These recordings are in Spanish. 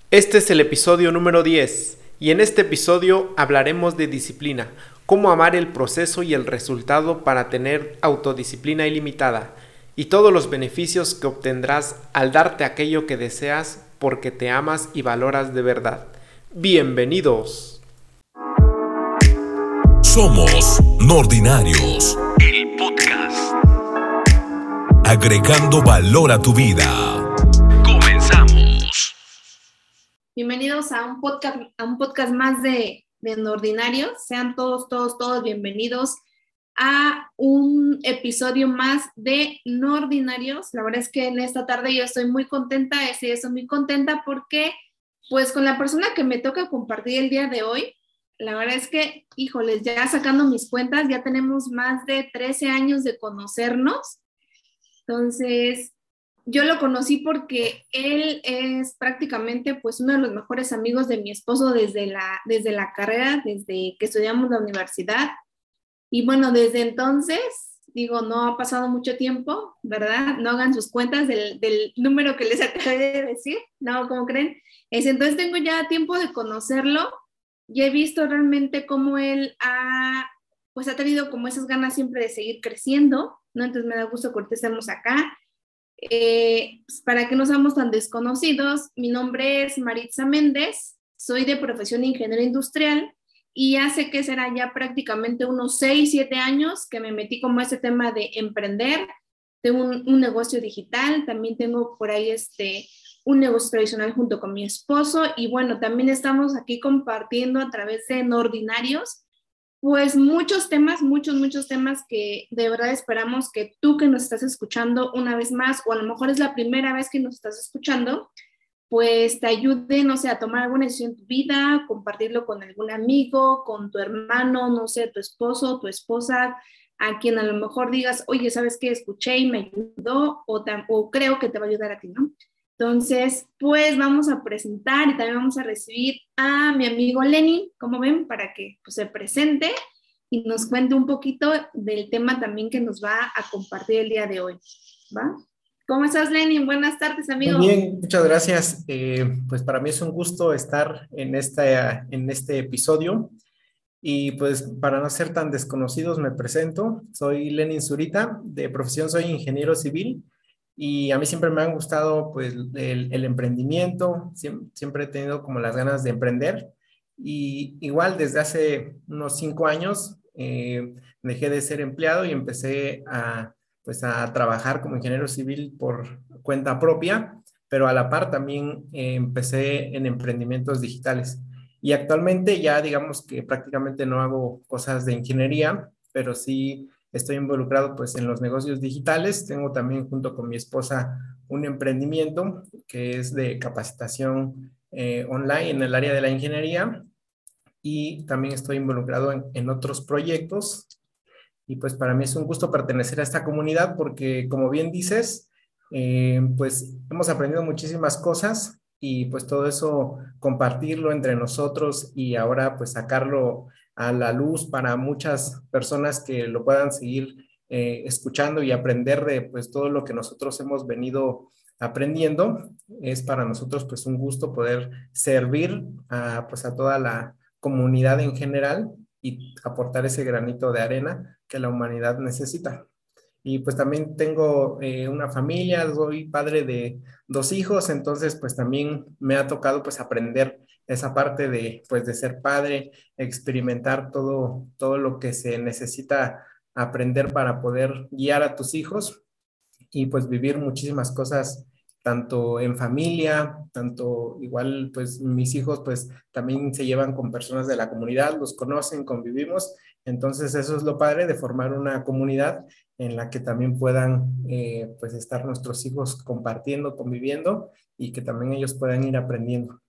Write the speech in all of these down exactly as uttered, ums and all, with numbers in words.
Este es el episodio número diez y en este episodio hablaremos de disciplina, cómo amar el proceso y el resultado para tener autodisciplina ilimitada y todos los beneficios que obtendrás al darte aquello que deseas porque te amas y valoras de verdad. Bienvenidos. Somos Nordinarios, el podcast. Agregando valor a tu vida. Comenzamos. Bienvenidos a un podcast, a un podcast más de, de Nordinarios. Sean todos, todos, todos bienvenidos a un episodio más de Nordinarios. La verdad es que en esta tarde yo estoy muy contenta, sí, estoy muy contenta porque pues con la persona que me toca compartir el día de hoy, la verdad es que, híjoles, ya sacando mis cuentas, ya tenemos más de trece años de conocernos. Entonces, yo lo conocí porque él es prácticamente pues uno de los mejores amigos de mi esposo desde la, desde la carrera, desde que estudiamos la universidad. Y bueno, desde entonces, digo, no ha pasado mucho tiempo, ¿verdad? No hagan sus cuentas del, del número que les acabé de decir, ¿no? ¿Cómo creen? Es, entonces tengo ya tiempo de conocerlo y he visto realmente cómo él ha, pues ha tenido como esas ganas siempre de seguir creciendo, ¿no? Entonces me da gusto que ahorita estemos acá. Eh, pues para que no seamos tan desconocidos, mi nombre es Maritza Méndez, soy de profesión ingeniero industrial y hace que será ya prácticamente unos seis siete años que me metí como ese tema de emprender. Tengo un, un negocio digital, también tengo por ahí este, un negocio tradicional junto con mi esposo y bueno, también estamos aquí compartiendo a través de Nordinarios pues muchos temas, muchos, muchos temas que de verdad esperamos que tú que nos estás escuchando una vez más, o a lo mejor es la primera vez que nos estás escuchando, pues te ayude, no sé, a tomar alguna decisión en tu vida, compartirlo con algún amigo, con tu hermano, no sé, tu esposo, tu esposa, a quien a lo mejor digas, oye, ¿sabes qué? Escuché y me ayudó, o, tam- o creo que te va a ayudar a ti, ¿no? Entonces, pues vamos a presentar y también vamos a recibir a mi amigo Lenny, como ven, para que pues, se presente y nos cuente un poquito del tema también que nos va a compartir el día de hoy, ¿va? ¿Cómo estás, Lenny? Buenas tardes, Muy amigo. bien, muchas gracias. Eh, pues para mí es un gusto estar en, esta, en este episodio. Y pues para no ser tan desconocidos me presento, soy Lenin Zurita, de profesión soy ingeniero civil y a mí siempre me han gustado pues el, el emprendimiento, siempre, siempre he tenido como las ganas de emprender y igual desde hace unos cinco años eh, dejé de ser empleado y empecé a pues a trabajar como ingeniero civil por cuenta propia, pero a la par también eh, empecé en emprendimientos digitales. Y actualmente ya digamos que prácticamente no hago cosas de ingeniería, pero sí estoy involucrado pues en los negocios digitales. Tengo también junto con mi esposa un emprendimiento que es de capacitación eh, online en el área de la ingeniería y también estoy involucrado en, en otros proyectos. Y pues para mí es un gusto pertenecer a esta comunidad porque como bien dices, eh, pues hemos aprendido muchísimas cosas y pues todo eso compartirlo entre nosotros y ahora pues sacarlo a la luz para muchas personas que lo puedan seguir eh, escuchando y aprender de pues todo lo que nosotros hemos venido aprendiendo. Es para nosotros pues un gusto poder servir a pues a toda la comunidad en general y aportar ese granito de arena que la humanidad necesita. Y pues también tengo eh, una familia, soy padre de dos hijos, entonces pues también me ha tocado pues aprender esa parte de pues de ser padre, experimentar todo, todo lo que se necesita aprender para poder guiar a tus hijos y pues vivir muchísimas cosas tanto en familia, tanto igual pues mis hijos pues también se llevan con personas de la comunidad, los conocen, convivimos, entonces eso es lo padre de formar una comunidad en la que también puedan eh, pues estar nuestros hijos compartiendo, conviviendo y que también ellos puedan ir aprendiendo.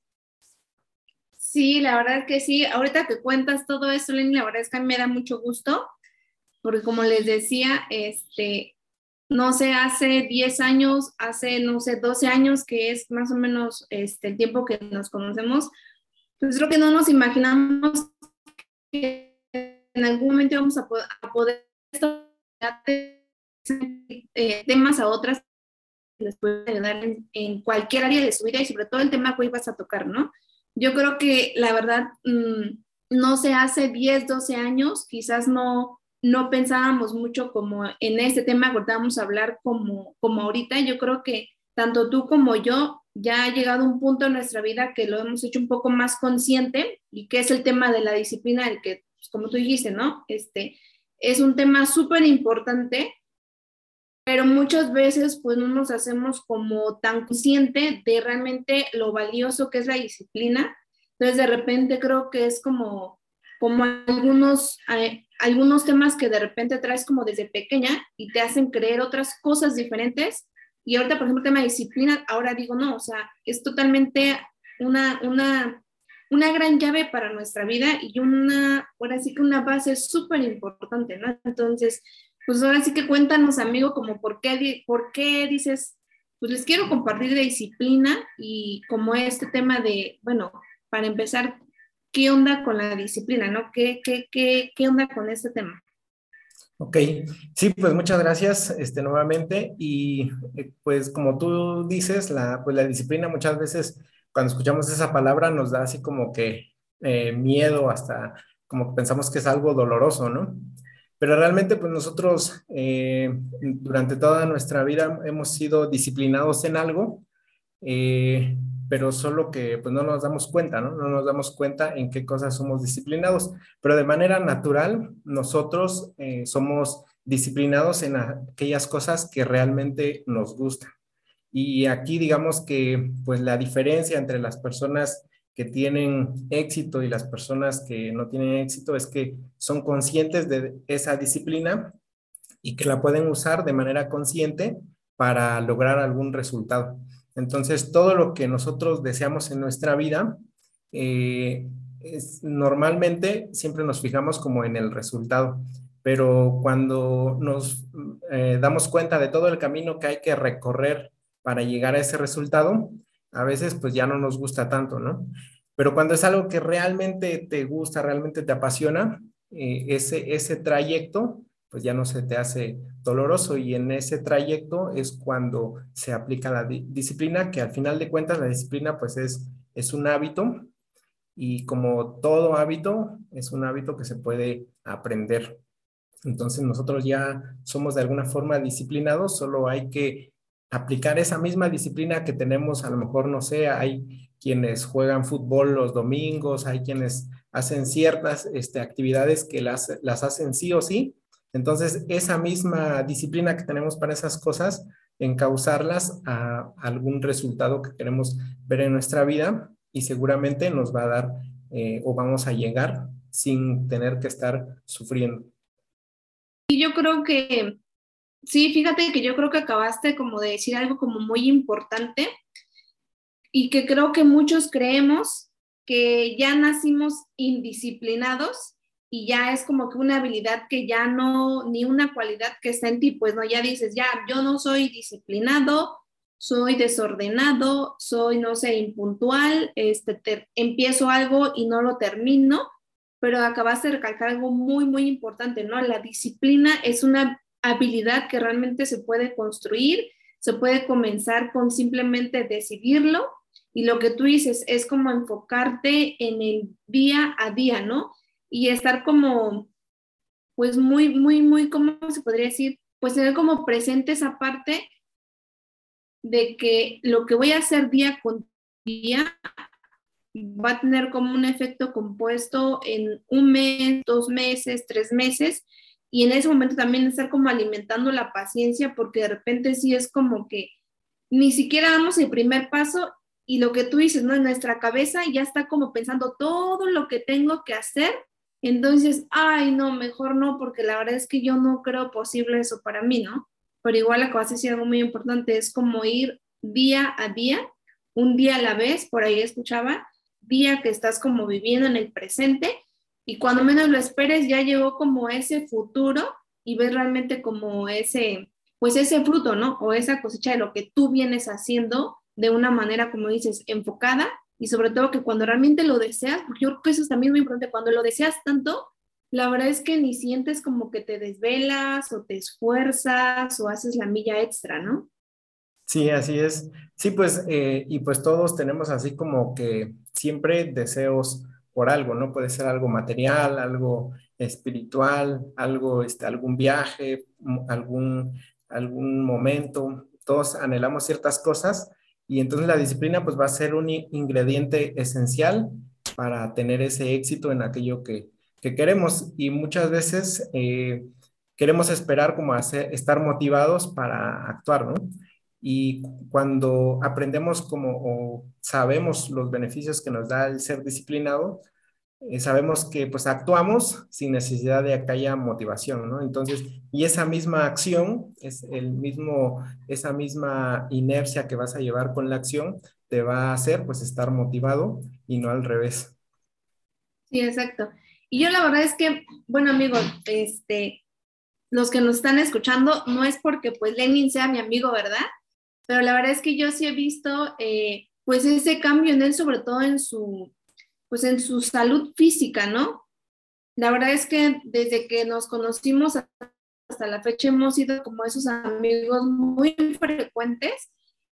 Sí, la verdad que sí. Ahorita que cuentas todo eso, Lenny, la verdad es que a mí me da mucho gusto, porque como les decía, este, no sé, hace diez años, hace, no sé, doce años, que es más o menos este, el tiempo que nos conocemos, pues creo que no nos imaginamos que en algún momento íbamos a, poder, a poder eh, temas a otras les puede ayudar en, en cualquier área de su vida y sobre todo el tema que hoy vas a tocar, ¿no? Yo creo que la verdad, mmm, no sé, hace diez, doce años, quizás no, no pensábamos mucho como en este tema, que vamos a hablar como, como ahorita. Yo creo que tanto tú como yo ya ha llegado un punto en nuestra vida que lo hemos hecho un poco más consciente y que es el tema de la disciplina, el que, pues, como tú dijiste, ¿no? Este, es un tema súper importante, pero muchas veces pues no nos hacemos como tan consciente de realmente lo valioso que es la disciplina. Entonces de repente creo que es como, como algunos, eh, algunos temas que de repente traes como desde pequeña y te hacen creer otras cosas diferentes. Y ahorita, por ejemplo, el tema de disciplina, ahora digo, no, o sea, es totalmente una, una, una gran llave para nuestra vida y una, ahora sí que una base súper importante, ¿no? Entonces, pues ahora sí que cuéntanos, amigo, como por qué, por qué dices, pues les quiero compartir de disciplina y como este tema de, bueno, para empezar, ¿qué onda con la disciplina, no? ¿Qué, qué, qué, qué onda con este tema? Ok, sí, pues muchas gracias este, nuevamente. Y eh, pues como tú dices, la, pues la disciplina muchas veces cuando escuchamos esa palabra nos da así como que eh, miedo, hasta como que pensamos que es algo doloroso, ¿no? Pero realmente pues nosotros eh, durante toda nuestra vida hemos sido disciplinados en algo, eh, pero solo que pues no nos damos cuenta, ¿no? No nos damos cuenta en qué cosas somos disciplinados, pero de manera natural nosotros eh, somos disciplinados en aquellas cosas que realmente nos gustan. Y aquí digamos que pues la diferencia entre las personas que tienen éxito y las personas que no tienen éxito es que son conscientes de esa disciplina y que la pueden usar de manera consciente para lograr algún resultado. Entonces, todo lo que nosotros deseamos en nuestra vida, eh, es, normalmente siempre nos fijamos como en el resultado, pero cuando nos eh, damos cuenta de todo el camino que hay que recorrer para llegar a ese resultado, a veces pues ya no nos gusta tanto, ¿no? Pero cuando es algo que realmente te gusta, realmente te apasiona, eh, ese, ese trayecto pues ya no se te hace doloroso, y en ese trayecto es cuando se aplica la di disciplina, que al final de cuentas la disciplina pues es, es un hábito, y como todo hábito es un hábito que se puede aprender. Entonces nosotros ya somos de alguna forma disciplinados, solo hay que aplicar esa misma disciplina que tenemos. A lo mejor, no sé, hay quienes juegan fútbol los domingos, hay quienes hacen ciertas este, actividades que las, las hacen sí o sí. Entonces, esa misma disciplina que tenemos para esas cosas, encauzarlas a algún resultado que queremos ver en nuestra vida, y seguramente nos va a dar eh, o vamos a llegar sin tener que estar sufriendo. Y yo creo que, sí, fíjate que yo creo que acabaste como de decir algo como muy importante y que creo que muchos creemos que ya nacimos indisciplinados y ya es como que una habilidad que ya no, ni una cualidad que está en ti, pues no, ya dices, ya, yo no soy disciplinado, soy desordenado, soy, no sé, impuntual, este, te, empiezo algo y no lo termino, pero acabaste de recalcar algo muy, muy importante, ¿no? La disciplina es una habilidad que realmente se puede construir, se puede comenzar con simplemente decidirlo, y lo que tú dices es como enfocarte en el día a día, ¿no? Y estar como, pues muy, muy, muy, ¿cómo se podría decir? Pues tener como presente esa parte de que lo que voy a hacer día con día va a tener como un efecto compuesto en un mes, dos meses, tres meses, y en ese momento también estar como alimentando la paciencia, porque de repente sí es como que ni siquiera damos el primer paso y lo que tú dices, ¿no? En nuestra cabeza ya está como pensando todo lo que tengo que hacer, entonces, ay, no, mejor no, porque la verdad es que yo no creo posible eso para mí, ¿no? Pero igual acabas de decir algo muy importante, es como ir día a día, un día a la vez, por ahí escuchaba, día que estás como viviendo en el presente, y cuando menos lo esperes ya llegó como ese futuro y ves realmente como ese, pues ese fruto, ¿no? O esa cosecha de lo que tú vienes haciendo de una manera, como dices, enfocada, y sobre todo que cuando realmente lo deseas, porque yo creo que eso es también muy importante, cuando lo deseas tanto, la verdad es que ni sientes como que te desvelas o te esfuerzas o haces la milla extra, ¿no? Sí, así es. Sí, pues, eh, y pues todos tenemos así como que siempre deseos por algo, ¿no? Puede ser algo material, algo espiritual, algo, este, algún viaje, m- algún, algún momento. Todos anhelamos ciertas cosas y entonces la disciplina pues va a ser un i- ingrediente esencial para tener ese éxito en aquello que, que queremos. Y muchas veces eh, queremos esperar como hacer, estar motivados para actuar, ¿no? Y cuando aprendemos como o sabemos los beneficios que nos da el ser disciplinado, eh, sabemos que pues actuamos sin necesidad de que haya motivación, ¿no? Entonces, y esa misma acción, es el mismo, esa misma inercia que vas a llevar con la acción, te va a hacer pues estar motivado y no al revés. Sí, exacto. Y yo la verdad es que, bueno, amigos, este, los que nos están escuchando, no es porque pues Lenin sea mi amigo, ¿verdad? Pero la verdad es que yo sí he visto eh, pues ese cambio en él, sobre todo en su, pues en su salud física, ¿no? La verdad es que desde que nos conocimos hasta la fecha hemos sido como esos amigos muy frecuentes,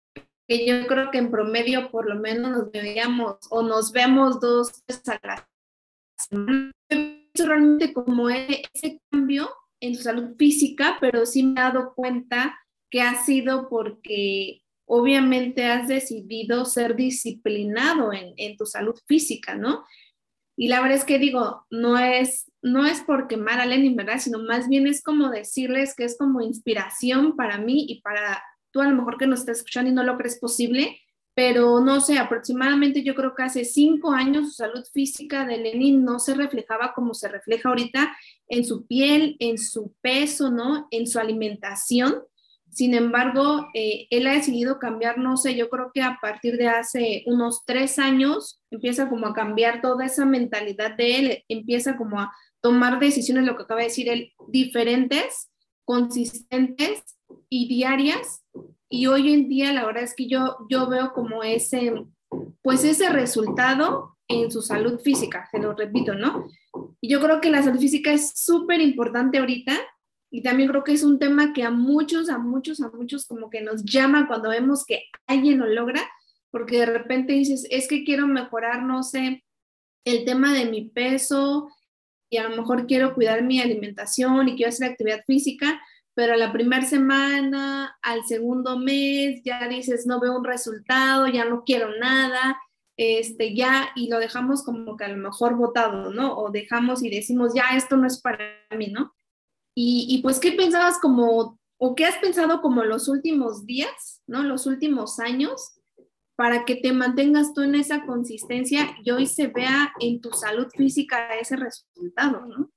que yo creo que en promedio por lo menos nos veíamos o nos vemos dos veces a la semana. Realmente como ese cambio en su salud física, pero sí me he dado cuenta que ha sido porque obviamente has decidido ser disciplinado en, en tu salud física, ¿no? Y la verdad es que digo, no es, no es por quemar a Lenin, ¿verdad? Sino más bien es como decirles que es como inspiración para mí y para tú a lo mejor que nos estás escuchando y no lo crees posible, pero no sé, aproximadamente yo creo que hace cinco años su salud física de Lenin no se reflejaba como se refleja ahorita en su piel, en su peso, ¿no? En su alimentación. Sin embargo, eh, él ha decidido cambiar, no sé, yo creo que a partir de hace unos tres años empieza como a cambiar toda esa mentalidad de él, empieza como a tomar decisiones, lo que acaba de decir él, diferentes, consistentes y diarias. Y hoy en día la verdad es que yo, yo veo como ese, pues ese resultado en su salud física, se lo repito, ¿no? Y yo creo que la salud física es súper importante ahorita y también creo que es un tema que a muchos, a muchos, a muchos como que nos llama cuando vemos que alguien lo logra, porque de repente dices, es que quiero mejorar, no sé, el tema de mi peso y a lo mejor quiero cuidar mi alimentación y quiero hacer actividad física, pero a la primera semana, al segundo mes, ya dices, no veo un resultado, ya no quiero nada, este, ya, y lo dejamos como que a lo mejor botado, ¿no? O dejamos y decimos, ya, esto no es para mí, ¿no? Y, y pues, ¿qué pensabas como, o qué has pensado como los últimos días, ¿no? Los últimos años, para que te mantengas tú en esa consistencia y hoy se vea en tu salud física ese resultado, ¿no?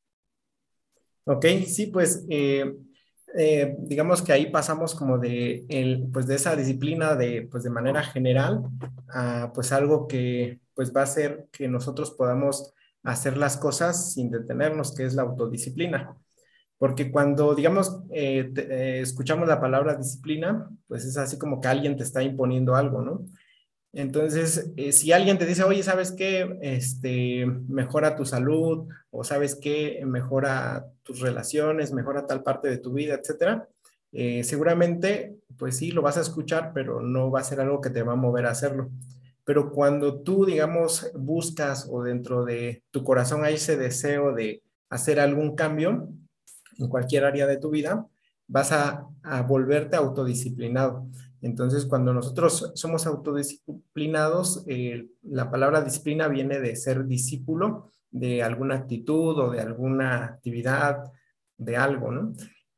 Ok, sí, pues eh, eh, digamos que ahí pasamos como de, el, pues de esa disciplina de, pues de manera general a pues algo que pues va a hacer que nosotros podamos hacer las cosas sin detenernos, que es la autodisciplina. Porque cuando, digamos, eh, te- eh, escuchamos la palabra disciplina, pues es así como que alguien te está imponiendo algo, ¿no? Entonces, eh, si alguien te dice, oye, ¿sabes qué? Este, mejora tu salud, o ¿sabes qué? Mejora tus relaciones, mejora tal parte de tu vida, etcétera. Eh, seguramente, pues sí, lo vas a escuchar, pero no va a ser algo que te va a mover a hacerlo. Pero cuando tú, digamos, buscas o dentro de tu corazón hay ese deseo de hacer algún cambio en cualquier área de tu vida, vas a, a volverte autodisciplinado. Entonces, cuando nosotros somos autodisciplinados, eh, la palabra disciplina viene de ser discípulo de alguna actitud o de alguna actividad, de algo, ¿no?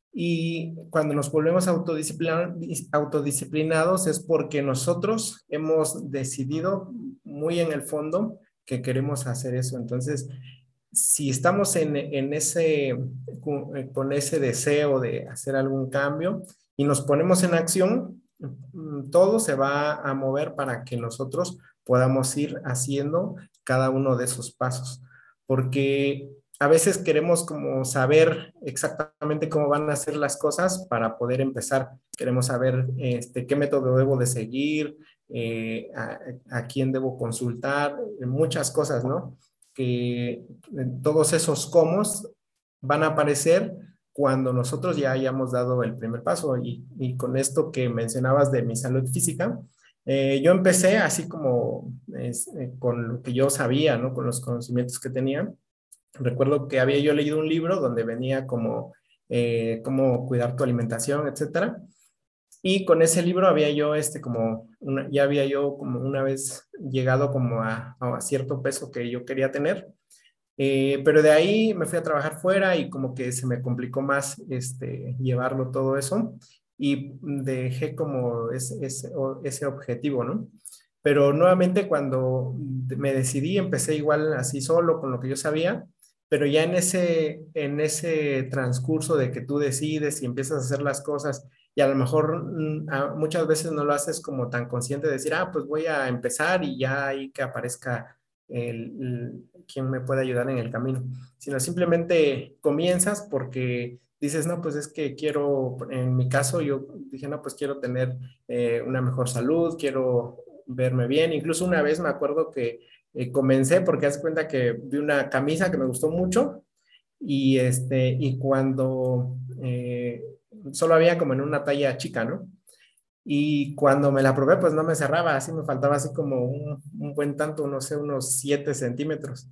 Y cuando nos volvemos autodisciplin autodisciplinados es porque nosotros hemos decidido muy en el fondo que queremos hacer eso. Entonces, si estamos en, en ese, con, con ese deseo de hacer algún cambio y nos ponemos en acción, mm, todo se va a mover para que nosotros podamos ir haciendo cada uno de esos pasos. Porque a veces queremos como saber exactamente cómo van a ser las cosas para poder empezar. Queremos saber este, qué método debo de seguir, eh, a, a quién debo consultar, muchas cosas, ¿no? Que todos esos comos van a aparecer cuando nosotros ya hayamos dado el primer paso. Y, y con esto que mencionabas de mi salud física, eh, yo empecé así como es, eh, con lo que yo sabía, ¿no? Con los conocimientos que tenía. Recuerdo que había yo leído un libro donde venía como eh, cómo cuidar tu alimentación, etcétera. Y con ese libro había yo, este, como, una, ya había yo como una vez llegado como a, a cierto peso que yo quería tener. Eh, pero de ahí me fui a trabajar fuera y como que se me complicó más este, llevarlo todo eso y dejé como ese, ese, ese objetivo, ¿no? Pero nuevamente cuando me decidí, empecé igual así solo con lo que yo sabía, pero ya en ese, en ese transcurso de que tú decides y empiezas a hacer las cosas y a lo mejor mm, a, muchas veces no lo haces como tan consciente de decir, ah, pues voy a empezar y ya ahí que aparezca el, el, quien me puede ayudar en el camino, sino simplemente comienzas porque dices, no, pues es que quiero, en mi caso yo dije, no, pues quiero tener eh, una mejor salud, quiero verme bien. Incluso una vez me acuerdo que eh, comencé porque hace cuenta que vi una camisa que me gustó mucho y, este, y cuando eh, solo había como en una talla chica, ¿no? Y cuando me la probé, pues no me cerraba, así me faltaba así como un, un buen tanto, no sé, unos siete centímetros.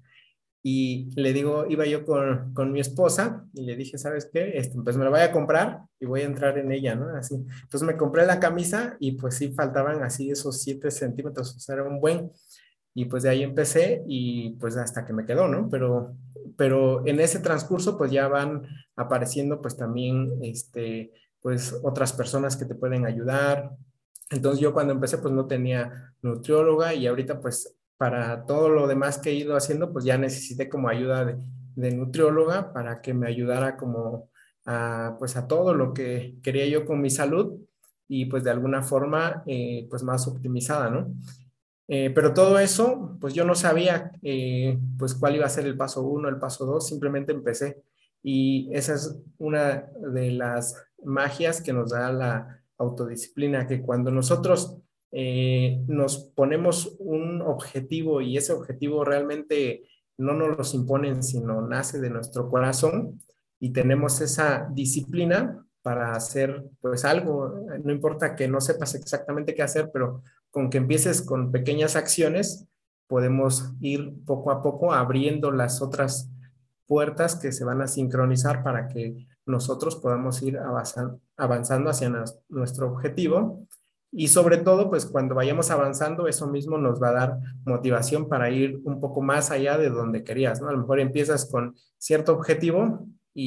Y le digo, iba yo con, con mi esposa y le dije, ¿sabes qué? Este, pues me la voy a comprar y voy a entrar en ella, ¿no? Así. Entonces me compré la camisa y pues sí faltaban así esos siete centímetros, o sea, era un buen. Y pues de ahí empecé y pues hasta que me quedó, ¿no? Pero, pero en ese transcurso pues ya van apareciendo pues también, este, pues otras personas que te pueden ayudar. Entonces yo cuando empecé pues no tenía nutrióloga y ahorita pues para todo lo demás que he ido haciendo pues ya necesité como ayuda de, de nutrióloga para que me ayudara como a pues a todo lo que quería yo con mi salud y pues de alguna forma eh, pues más optimizada, ¿no? Eh, pero todo eso, pues yo no sabía eh, pues cuál iba a ser el paso uno, el paso dos, simplemente empecé. Y esa es una de las magias que nos da la autodisciplina, que cuando nosotros eh, nos ponemos un objetivo y ese objetivo realmente no nos los imponen, sino nace de nuestro corazón y tenemos esa disciplina para hacer pues algo, no importa que no sepas exactamente qué hacer, pero con que empieces con pequeñas acciones, podemos ir poco a poco abriendo las otras puertas que se van a sincronizar para que nosotros podamos ir avanzando hacia nuestro objetivo. Y sobre todo, pues cuando vayamos avanzando, eso mismo nos va a dar motivación para ir un poco más allá de donde querías, ¿no? A lo mejor empiezas con cierto objetivo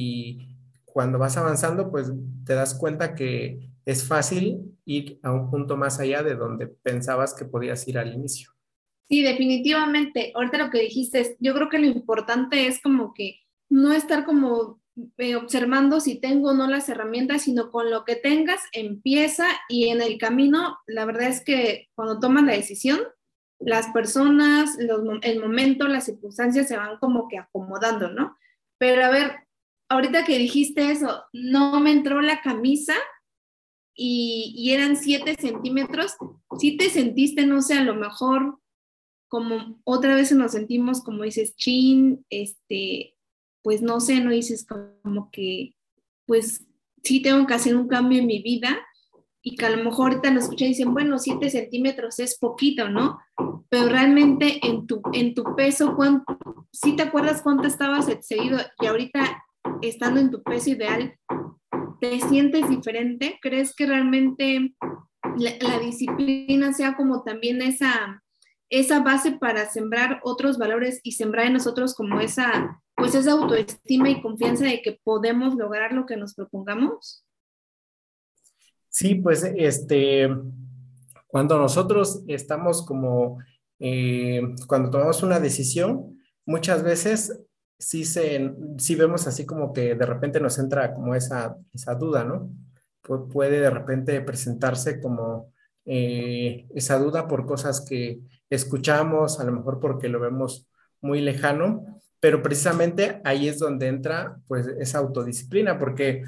y cuando vas avanzando, pues te das cuenta que es fácil ir a un punto más allá de donde pensabas que podías ir al inicio. Sí, definitivamente. Ahorita lo que dijiste es, yo creo que lo importante es como que no estar como eh, observando si tengo o no las herramientas, sino con lo que tengas, empieza y en el camino, la verdad es que cuando tomas la decisión, las personas, los, el momento, las circunstancias se van como que acomodando, ¿no? Pero a ver, ahorita que dijiste eso, no me entró la camisa y, y eran siete centímetros, ¿sí te sentiste, no sé, a lo mejor como otra vez nos sentimos, como dices, chin, este, pues no sé, no dices como que, pues sí tengo que hacer un cambio en mi vida y que a lo mejor ahorita nos escuchan y dicen, bueno, siete centímetros es poquito, ¿no? Pero realmente en tu, en tu peso, ¿cuánto, sí te acuerdas cuánto estabas excedido y ahorita estando en tu peso ideal, ¿te sientes diferente? ¿Crees que realmente la, la disciplina sea como también esa esa base para sembrar otros valores y sembrar en nosotros como esa, pues esa autoestima y confianza de que podemos lograr lo que nos propongamos? Sí, pues este, cuando nosotros estamos como, eh, cuando tomamos una decisión, muchas veces sí, se, sí vemos así como que de repente nos entra como esa, esa duda, ¿no? Pu puede de repente presentarse como eh, esa duda por cosas que escuchamos, a lo mejor porque lo vemos muy lejano, pero precisamente ahí es donde entra pues esa autodisciplina, porque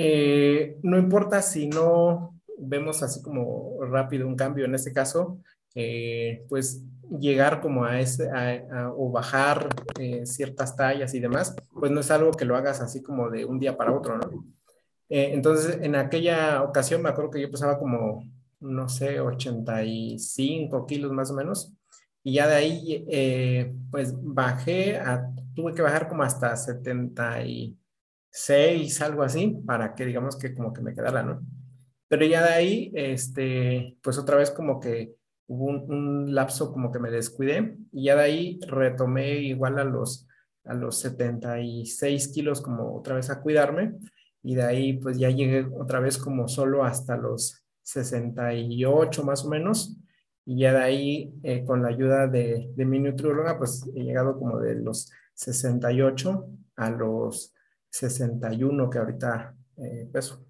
eh, no importa si no vemos así como rápido un cambio, en este caso, eh, pues llegar como a ese, a, a, o bajar eh, ciertas tallas y demás, pues no es algo que lo hagas así como de un día para otro, ¿no? Eh, entonces, en aquella ocasión me acuerdo que yo pesaba como, no sé, ochenta y cinco kilos más o menos. Y ya de ahí, eh, pues bajé, a, tuve que bajar como hasta setenta y seis, algo así, para que digamos que como que me quedara, ¿no? Pero ya de ahí, este, pues otra vez como que hubo un, un lapso como que me descuidé y ya de ahí retomé igual a los, a los setenta y seis kilos como otra vez a cuidarme y de ahí pues ya llegué otra vez como solo hasta los sesenta y ocho más o menos y ya de ahí eh, con la ayuda de, de mi nutrióloga pues he llegado como de los sesenta y ocho a los sesenta y uno que ahorita eh, peso.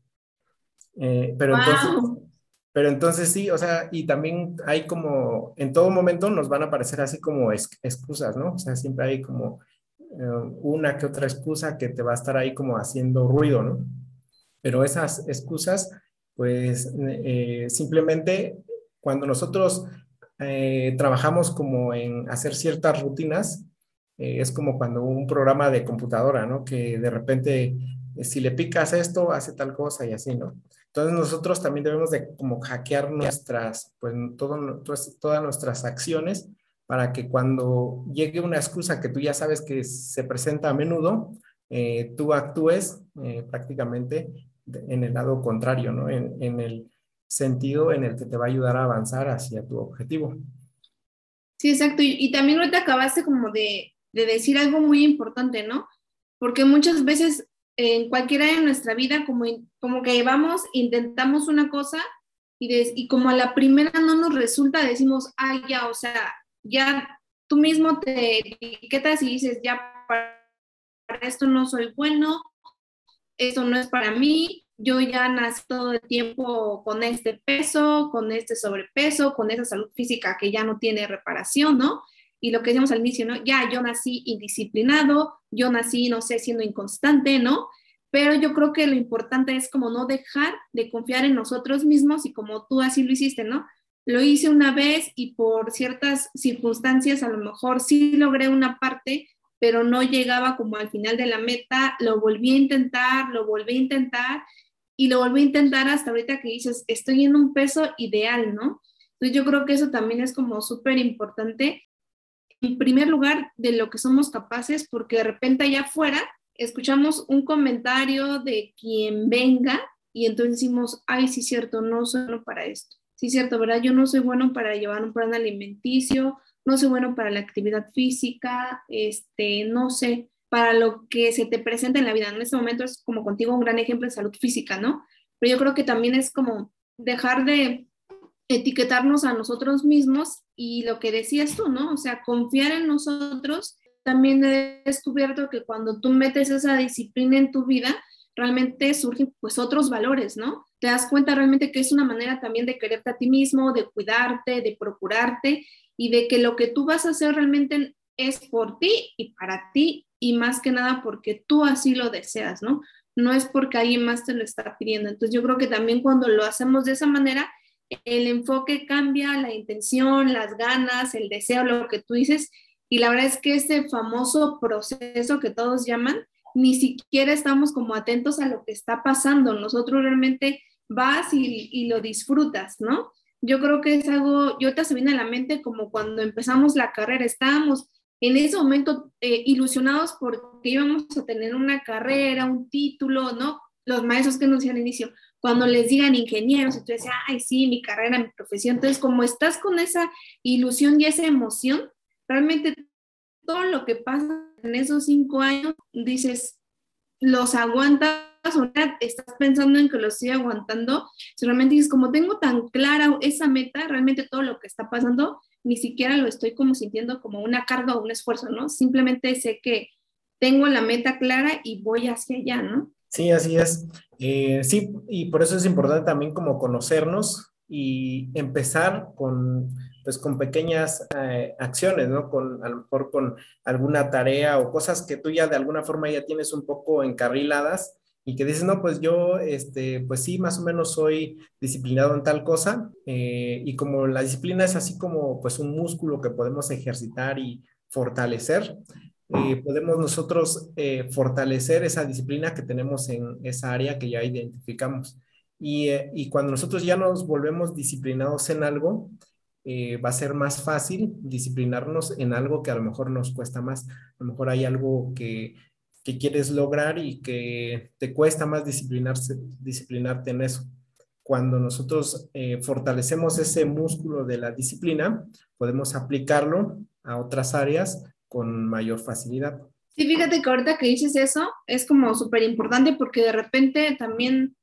Eh, pero entonces, Wow. pero entonces sí, o sea, y también hay como, en todo momento nos van a aparecer así como ex- excusas, ¿no? O sea, siempre hay como eh, una que otra excusa que te va a estar ahí como haciendo ruido, ¿no? Pero esas excusas, pues eh, simplemente cuando nosotros eh, trabajamos como en hacer ciertas rutinas, eh, es como cuando un programa de computadora, ¿no? Que de repente, eh, si le picas esto, hace tal cosa y así, ¿no? Entonces nosotros también debemos de como hackear nuestras, pues todo, todas todas nuestras acciones para que cuando llegue una excusa que tú ya sabes que se presenta a menudo, eh, tú actúes eh, prácticamente en el lado contrario, ¿no? En, en el sentido en el que te va a ayudar a avanzar hacia tu objetivo. Sí, exacto. Y, y también ahorita acabaste como de, de decir algo muy importante, ¿no? Porque muchas veces en cualquier área de nuestra vida, como, como que vamos, intentamos una cosa y, des, y como a la primera no nos resulta, decimos, ah, ya, o sea, ya tú mismo te etiquetas y dices, ya para esto no soy bueno, esto no es para mí, yo ya nací todo el tiempo con este peso, con este sobrepeso, con esa salud física que ya no tiene reparación, ¿no? Y lo que decíamos al inicio, ¿no? Ya yo nací indisciplinado, yo nací, no sé, siendo inconstante, ¿no? Pero yo creo que lo importante es como no dejar de confiar en nosotros mismos y como tú así lo hiciste, ¿no? Lo hice una vez y por ciertas circunstancias a lo mejor sí logré una parte, pero no llegaba como al final de la meta, lo volví a intentar, lo volví a intentar y lo volví a intentar hasta ahorita que dices, estoy en un peso ideal, ¿no? Entonces yo creo que eso también es como súper importante, en primer lugar, de lo que somos capaces, porque de repente allá afuera escuchamos un comentario de quien venga y entonces decimos, ay, sí, cierto, no soy bueno para esto. Sí, cierto, ¿verdad? Yo no soy bueno para llevar un plan alimenticio, no soy bueno para la actividad física, este, no sé, para lo que se te presenta en la vida. En este momento es como contigo un gran ejemplo de salud física, ¿no? Pero yo creo que también es como dejar de etiquetarnos a nosotros mismos y lo que decías tú, ¿no? O sea, confiar en nosotros. También he descubierto que cuando tú metes esa disciplina en tu vida, realmente surgen pues otros valores, ¿no? Te das cuenta realmente que es una manera también de quererte a ti mismo, de cuidarte, de procurarte y de que lo que tú vas a hacer realmente es por ti y para ti y más que nada porque tú así lo deseas, ¿no? No es porque alguien más te lo está pidiendo. Entonces yo creo que también cuando lo hacemos de esa manera, el enfoque cambia, la intención, las ganas, el deseo, lo que tú dices, y la verdad es que ese famoso proceso que todos llaman, ni siquiera estamos como atentos a lo que está pasando, nosotros realmente vas y, y lo disfrutas, ¿no? Yo creo que es algo, yo te se viene a la mente como cuando empezamos la carrera, estábamos en ese momento eh, ilusionados porque íbamos a tener una carrera, un título, ¿no? Los maestros que nos decían al inicio, cuando les digan ingenieros, y tú dices, ay, sí, mi carrera, mi profesión. Entonces, como estás con esa ilusión y esa emoción, realmente todo lo que pasa en esos cinco años, dices, los aguantas, o estás pensando en que los estoy aguantando. Si realmente dices, como tengo tan clara esa meta, realmente todo lo que está pasando, ni siquiera lo estoy como sintiendo como una carga o un esfuerzo, ¿no? Simplemente sé que tengo la meta clara y voy hacia allá, ¿no? Sí, así es. Eh, sí, y por eso es importante también como conocernos y empezar con, pues, con pequeñas eh, acciones, ¿no? Con, a lo mejor con alguna tarea o cosas que tú ya de alguna forma ya tienes un poco encarriladas y que dices, no, pues yo, este, pues sí, más o menos soy disciplinado en tal cosa, eh, y como la disciplina es así como pues un músculo que podemos ejercitar y fortalecer, eh, podemos nosotros eh, fortalecer esa disciplina que tenemos en esa área que ya identificamos. Y, eh, y cuando nosotros ya nos volvemos disciplinados en algo, eh, va a ser más fácil disciplinarnos en algo que a lo mejor nos cuesta más. A lo mejor hay algo que, que quieres lograr y que te cuesta más disciplinarse, disciplinarte en eso. Cuando nosotros eh, fortalecemos ese músculo de la disciplina, podemos aplicarlo a otras áreas con mayor facilidad. Sí, fíjate que ahorita que dices eso es como súper importante porque de repente también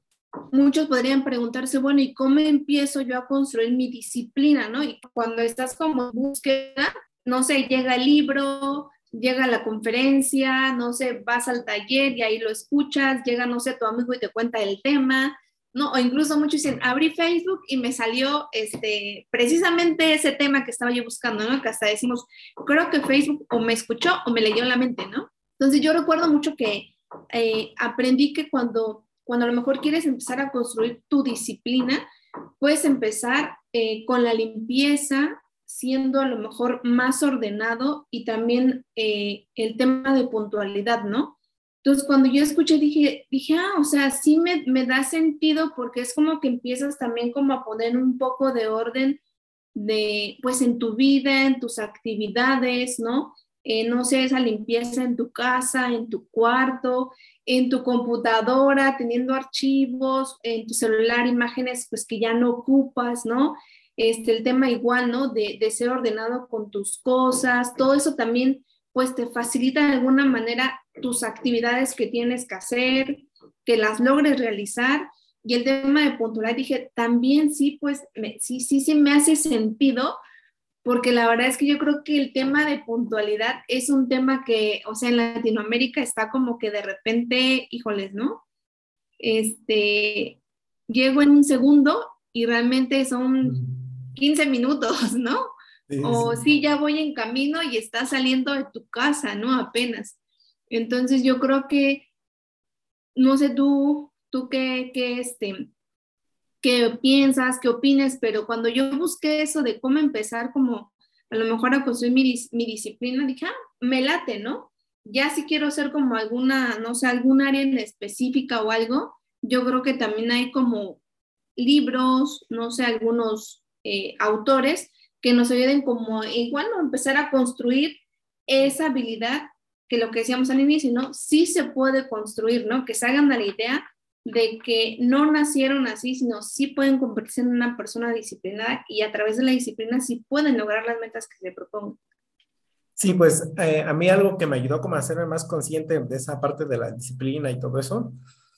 muchos podrían preguntarse, bueno, ¿y cómo empiezo yo a construir mi disciplina, no? Y cuando estás como en búsqueda, no sé, llega el libro, llega la conferencia, no sé, vas al taller y ahí lo escuchas, llega, no sé, tu amigo y te cuenta el tema, ¿no? O incluso muchos dicen, abrí Facebook y me salió este, precisamente ese tema que estaba yo buscando, ¿no? Que hasta decimos, creo que Facebook o me escuchó o me leyó la mente, ¿no? Entonces yo recuerdo mucho que eh, aprendí que cuando cuando a lo mejor quieres empezar a construir tu disciplina, puedes empezar eh, con la limpieza, siendo a lo mejor más ordenado y también eh, el tema de puntualidad, ¿no? Entonces, cuando yo escuché, dije, dije ah, o sea, sí me, me da sentido porque es como que empiezas también como a poner un poco de orden de, pues, en tu vida, en tus actividades, ¿no? Eh, no sé, esa limpieza en tu casa, en tu cuarto, en tu computadora, teniendo archivos, en tu celular, imágenes pues que ya no ocupas, ¿no? Este, el tema igual, ¿no? De, de ser ordenado con tus cosas, todo eso también pues te facilita de alguna manera tus actividades que tienes que hacer, que las logres realizar. Y el tema de puntualidad, dije, también sí, pues me, sí, sí, sí me hace sentido, porque la verdad es que yo creo que el tema de puntualidad es un tema que, o sea, en Latinoamérica está como que de repente, híjoles, ¿no? Este, llego en un segundo y realmente son quince minutos, ¿no? Sí, O sí. sí, ya voy en camino y estás saliendo de tu casa, ¿no? Apenas. Entonces yo creo que, no sé tú, tú qué, qué, este, qué piensas, qué opines, pero cuando yo busqué eso de cómo empezar como a lo mejor a construir mi, mi disciplina, dije, ah, me late, ¿no? Ya si quiero hacer como alguna, no sé, algún área en específica o algo, yo creo que también hay como libros, no sé, algunos eh, autores que nos ayuden como igual a empezar a construir esa habilidad que lo que decíamos al inicio, ¿no? Sí se puede construir, ¿no? Que se hagan a la idea de que no nacieron así, sino sí pueden convertirse en una persona disciplinada y a través de la disciplina sí pueden lograr las metas que se propongan. Sí, pues eh, a mí algo que me ayudó como a hacerme más consciente de esa parte de la disciplina y todo eso,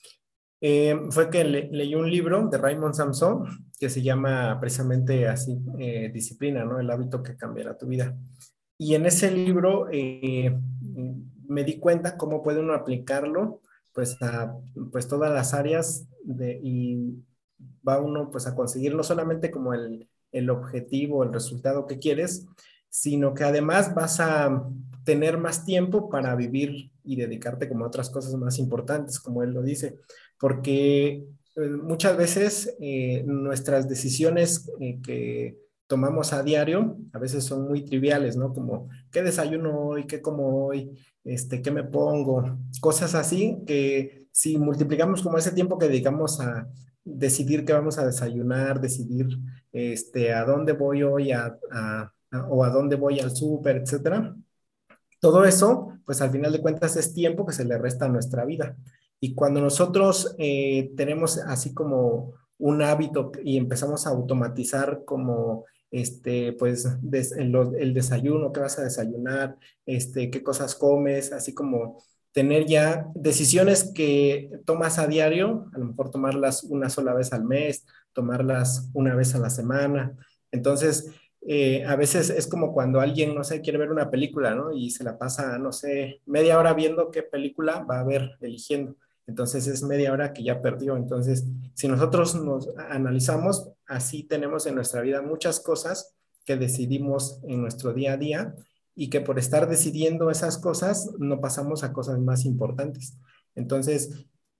eh, fue que le, leí un libro de Raymond Samson que se llama precisamente así, eh, Disciplina, ¿no? El hábito que cambiará tu vida. Y en ese libro eh, me di cuenta cómo puede uno aplicarlo pues a pues todas las áreas de, y va uno pues a conseguir no solamente como el, el objetivo, el resultado que quieres, sino que además vas a tener más tiempo para vivir y dedicarte como a otras cosas más importantes, como él lo dice, porque eh, muchas veces eh, nuestras decisiones eh, que tomamos a diario, a veces son muy triviales, ¿no? Como, ¿qué desayuno hoy? ¿Qué como hoy? Este, ¿qué me pongo? Cosas así que si multiplicamos como ese tiempo que dedicamos a decidir qué vamos a desayunar, decidir este, a dónde voy hoy a, a, a, o a dónde voy al súper, etcétera. Todo eso, pues al final de cuentas es tiempo que se le resta a nuestra vida. Y cuando nosotros eh, tenemos así como un hábito y empezamos a automatizar como este, pues des, el, el desayuno, qué vas a desayunar, este, qué cosas comes, así como tener ya decisiones que tomas a diario, a lo mejor tomarlas una sola vez al mes, tomarlas una vez a la semana. Entonces, eh, a veces es como cuando alguien, no sé, quiere ver una película, ¿no? Y se la pasa, no sé, media hora viendo qué película va a ver, eligiendo. Entonces es media hora que ya perdió. Entonces, si nosotros nos analizamos, así tenemos en nuestra vida muchas cosas que decidimos en nuestro día a día y que por estar decidiendo esas cosas no pasamos a cosas más importantes. Entonces,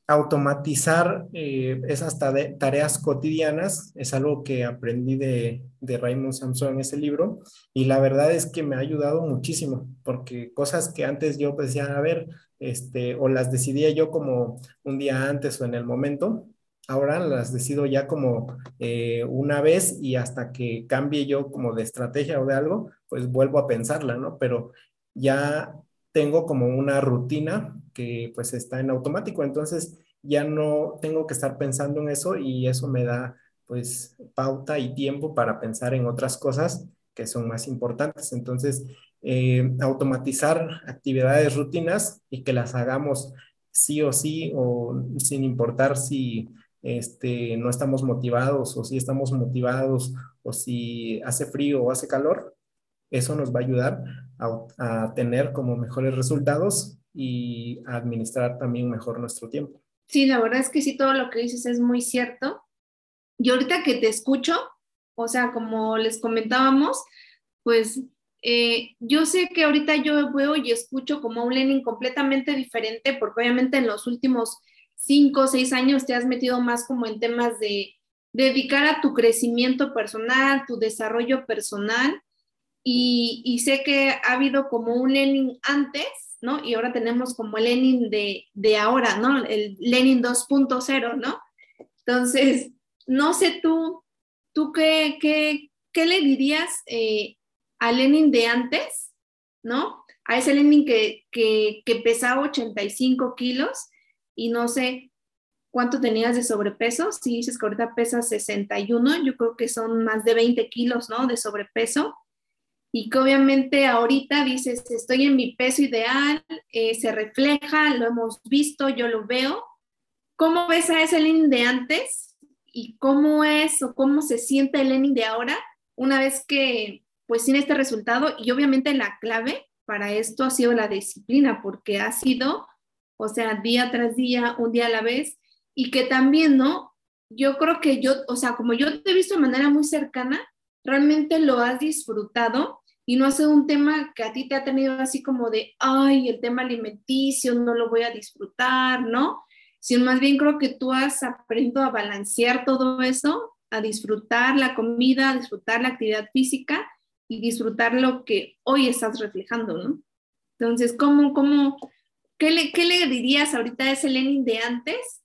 automatizar eh, esas tare- tareas cotidianas es algo que aprendí de, de Raymond Samson en ese libro y la verdad es que me ha ayudado muchísimo porque cosas que antes yo pues, decía, a ver, este, o las decidía yo como un día antes o en el momento, ahora las decido ya como eh, una vez y hasta que cambie yo como de estrategia o de algo, pues vuelvo a pensarla, ¿no? Pero ya tengo como una rutina que pues está en automático, entonces ya no tengo que estar pensando en eso y eso me da pues pauta y tiempo para pensar en otras cosas que son más importantes. Entonces, eh, automatizar actividades rutinas y que las hagamos sí o sí o sin importar si este, no estamos motivados o si estamos motivados o si hace frío o hace calor, eso nos va a ayudar a, a tener como mejores resultados y a administrar también mejor nuestro tiempo. Sí, la verdad es que sí, todo lo que dices es muy cierto. Y ahorita que te escucho, o sea, como les comentábamos, pues eh, yo sé que ahorita yo veo y escucho como un Lenin completamente diferente, porque obviamente en los últimos cinco o seis años te has metido más como en temas de dedicar a tu crecimiento personal, tu desarrollo personal, y, y sé que ha habido como un Lenin antes, ¿no? Y ahora tenemos como el Lenin de, de ahora, ¿no? El Lenin dos punto cero, ¿no? Entonces, no sé tú, tú qué, qué, qué le dirías eh, a Lenin de antes, ¿no? A ese Lenin que, que, que pesaba ochenta y cinco kilos y no sé cuánto tenías de sobrepeso. Si dices que ahorita pesas sesenta y uno, yo creo que son más de veinte kilos, ¿no? De sobrepeso. Y que obviamente ahorita dices, estoy en mi peso ideal, eh, se refleja, lo hemos visto, yo lo veo. ¿Cómo ves a ese Lenin de antes y cómo es o cómo se siente el Lenin de ahora una vez que pues tiene este resultado? Y obviamente la clave para esto ha sido la disciplina, porque ha sido, o sea, día tras día, un día a la vez, y que también, ¿no? Yo creo que yo, o sea, como yo te he visto de manera muy cercana, realmente lo has disfrutado y no ha sido un tema que a ti te ha tenido así como de, ay, el tema alimenticio, no lo voy a disfrutar, ¿no? Sino más bien creo que tú has aprendido a balancear todo eso, a disfrutar la comida, a disfrutar la actividad física y disfrutar lo que hoy estás reflejando, ¿no? Entonces, ¿cómo, cómo, qué le, qué le dirías ahorita a ese Lenin de antes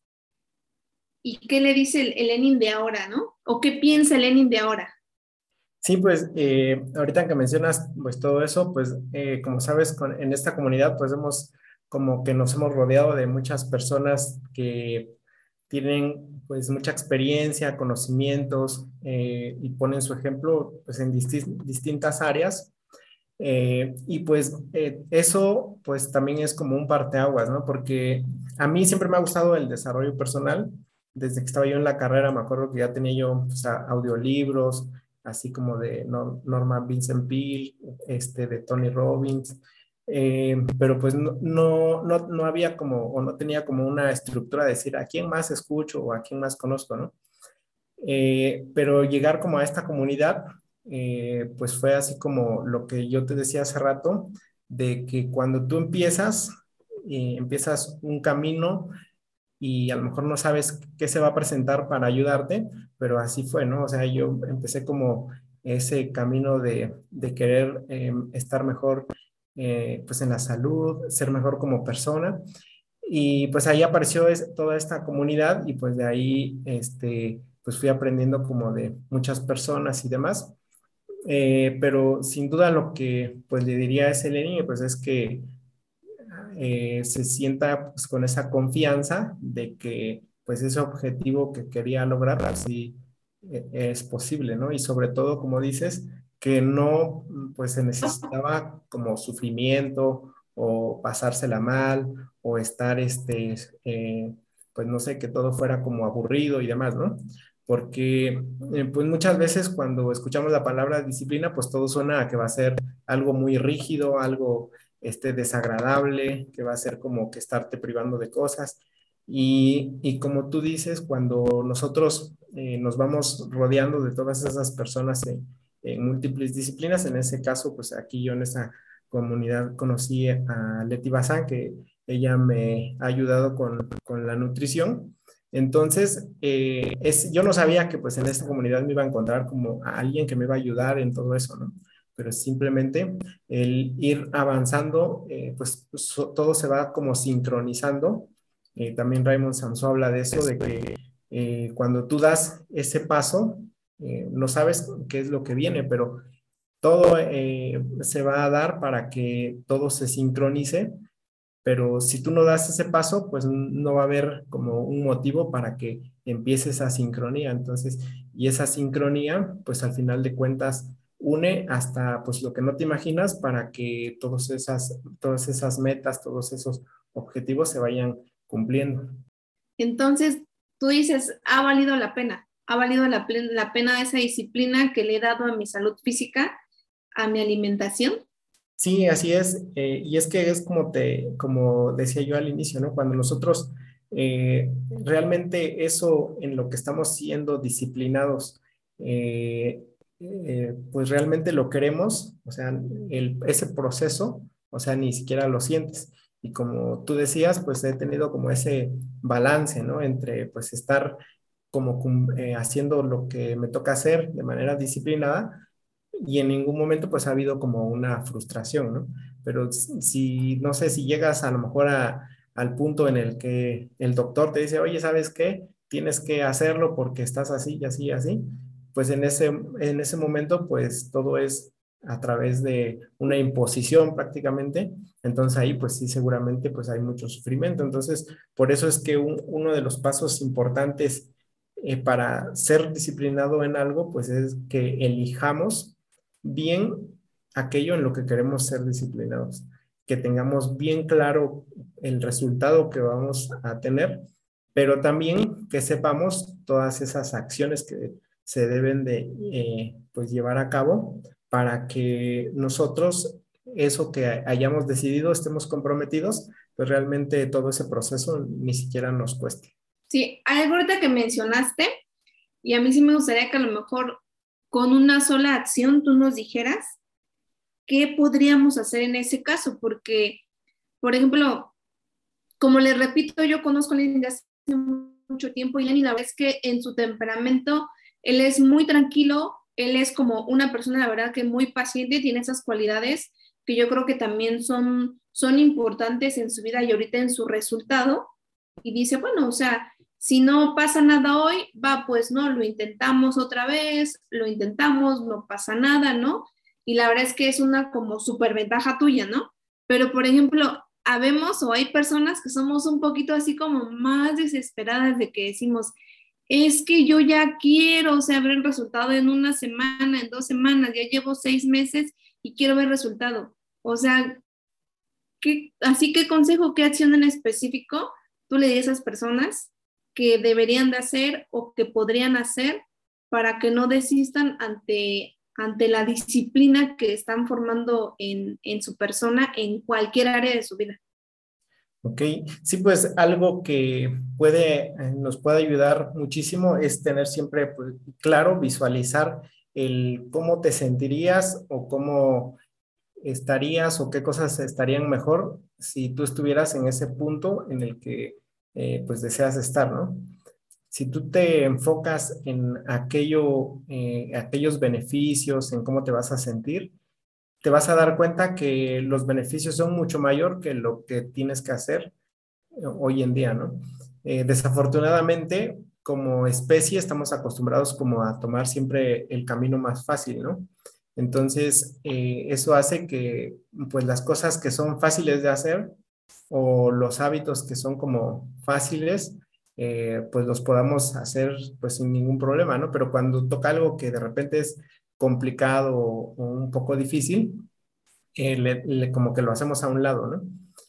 y qué le dice el, el Lenin de ahora, ¿no? ¿O qué piensa el Lenin de ahora? Sí, pues eh, ahorita que mencionas pues todo eso, pues eh, como sabes, con, en esta comunidad pues hemos como que nos hemos rodeado de muchas personas que tienen pues mucha experiencia, conocimientos eh, y ponen su ejemplo pues en disti- distintas áreas. Eh, y pues eh, eso pues también es como un parteaguas, ¿no? Porque a mí siempre me ha gustado el desarrollo personal. Desde que estaba yo en la carrera me acuerdo que ya tenía yo pues, a- audiolibros, así como de Nor- Norman Vincent Peale, este, de Tony Robbins, eh, pero pues no, no, no, no había como, o no tenía como una estructura de decir a quién más escucho o a quién más conozco, ¿no? Eh, pero llegar como a esta comunidad, eh, pues fue así como lo que yo te decía hace rato, de que cuando tú empiezas, eh, empiezas un camino y a lo mejor no sabes qué se va a presentar para ayudarte, pero así fue, ¿no? O sea, yo empecé como ese camino de, de querer eh, estar mejor, eh, pues en la salud, ser mejor como persona. Y pues ahí apareció es- toda esta comunidad y pues de ahí, este, pues fui aprendiendo como de muchas personas y demás. Eh, pero sin duda lo que pues le diría a ese Lenin pues es que eh, se sienta pues, con esa confianza de que pues ese objetivo que quería lograr pues, sí eh, es posible, ¿no? Y sobre todo, como dices, que no pues se necesitaba como sufrimiento o pasársela mal o estar este, eh, pues no sé, que todo fuera como aburrido y demás, ¿no? Porque eh, pues muchas veces cuando escuchamos la palabra disciplina, pues todo suena a que va a ser algo muy rígido, algo este, desagradable, que va a ser como que estarte privando de cosas. Y, y como tú dices, cuando nosotros eh, nos vamos rodeando de todas esas personas en, en múltiples disciplinas, en ese caso, pues aquí yo en esa comunidad conocí a Leti Bazán, que ella me ha ayudado con, con la nutrición. Entonces, eh, es, yo no sabía que pues en esta comunidad me iba a encontrar como a alguien que me iba a ayudar en todo eso, ¿no? Pero simplemente el ir avanzando, eh, pues so, todo se va como sincronizando. Eh, también Raymond Samson habla de eso, de que eh, cuando tú das ese paso, eh, no sabes qué es lo que viene, pero todo eh, se va a dar para que todo se sincronice, pero si tú no das ese paso, pues no va a haber como un motivo para que empiece esa sincronía. Entonces, y esa sincronía, pues al final de cuentas, une hasta pues lo que no te imaginas para que todas esas, todas esas metas, todos esos objetivos se vayan cumpliendo. Entonces, tú dices, ha valido la pena, ha valido la, la pena esa disciplina que le he dado a mi salud física, a mi alimentación. Sí, así es. Eh, y es que es como te, como decía yo al inicio, ¿no? Cuando nosotros eh, realmente eso en lo que estamos siendo disciplinados, eh, eh, pues realmente lo queremos, o sea, el, ese proceso, o sea, ni siquiera lo sientes. Y como tú decías, pues he tenido como ese balance, ¿no? Entre pues estar como eh, haciendo lo que me toca hacer de manera disciplinada y en ningún momento pues ha habido como una frustración, ¿no? Pero si, no sé, si llegas a lo mejor a, al punto en el que el doctor te dice, oye, ¿sabes qué? Tienes que hacerlo porque estás así y así y así, pues en ese, en ese momento pues todo es a través de una imposición prácticamente, entonces ahí pues sí seguramente pues hay mucho sufrimiento, entonces por eso es que un, uno de los pasos importantes eh, para ser disciplinado en algo pues es que elijamos bien aquello en lo que queremos ser disciplinados, que tengamos bien claro el resultado que vamos a tener, pero también que sepamos todas esas acciones que se deben de eh, pues llevar a cabo para que nosotros, eso que hayamos decidido, estemos comprometidos, pues realmente todo ese proceso ni siquiera nos cueste. Sí, hay algo ahorita que mencionaste y a mí sí me gustaría que a lo mejor con una sola acción tú nos dijeras qué podríamos hacer en ese caso, porque, por ejemplo, como les repito, yo conozco a Lenny de hace mucho tiempo y Lenny la verdad es que en su temperamento, él es muy tranquilo, él es como una persona, la verdad, que muy paciente, tiene esas cualidades que yo creo que también son, son importantes en su vida y ahorita en su resultado. Y dice, bueno, o sea, si no pasa nada hoy, va, pues no, lo intentamos otra vez, lo intentamos, no pasa nada, ¿no? Y la verdad es que es una como súper ventaja tuya, ¿no? Pero, por ejemplo, habemos o hay personas que somos un poquito así como más desesperadas de que decimos, es que yo ya quiero, o sea, ver el resultado en una semana, en dos semanas, ya llevo seis meses y quiero ver resultado. O sea, ¿qué, así qué consejo, qué acción en específico tú le dirías a esas personas que deberían de hacer o que podrían hacer para que no desistan ante, ante la disciplina que están formando en, en su persona en cualquier área de su vida? Ok, sí, pues algo que puede, eh, nos puede ayudar muchísimo es tener siempre pues, claro, visualizar el cómo te sentirías o cómo estarías o qué cosas estarían mejor si tú estuvieras en ese punto en el que eh, pues deseas estar, ¿no? Si tú te enfocas en aquello, eh, aquellos beneficios, en cómo te vas a sentir, te vas a dar cuenta que los beneficios son mucho mayor que lo que tienes que hacer eh, hoy en día, ¿no? Eh, desafortunadamente, como especie, estamos acostumbrados como a tomar siempre el camino más fácil, ¿no? Entonces, eh, eso hace que, pues, las cosas que son fáciles de hacer o los hábitos que son como fáciles, eh, pues los podamos hacer, pues, sin ningún problema, ¿no? Pero cuando toca algo que de repente es complicado o, o un poco difícil, eh, le, le, como que lo hacemos a un lado, ¿no?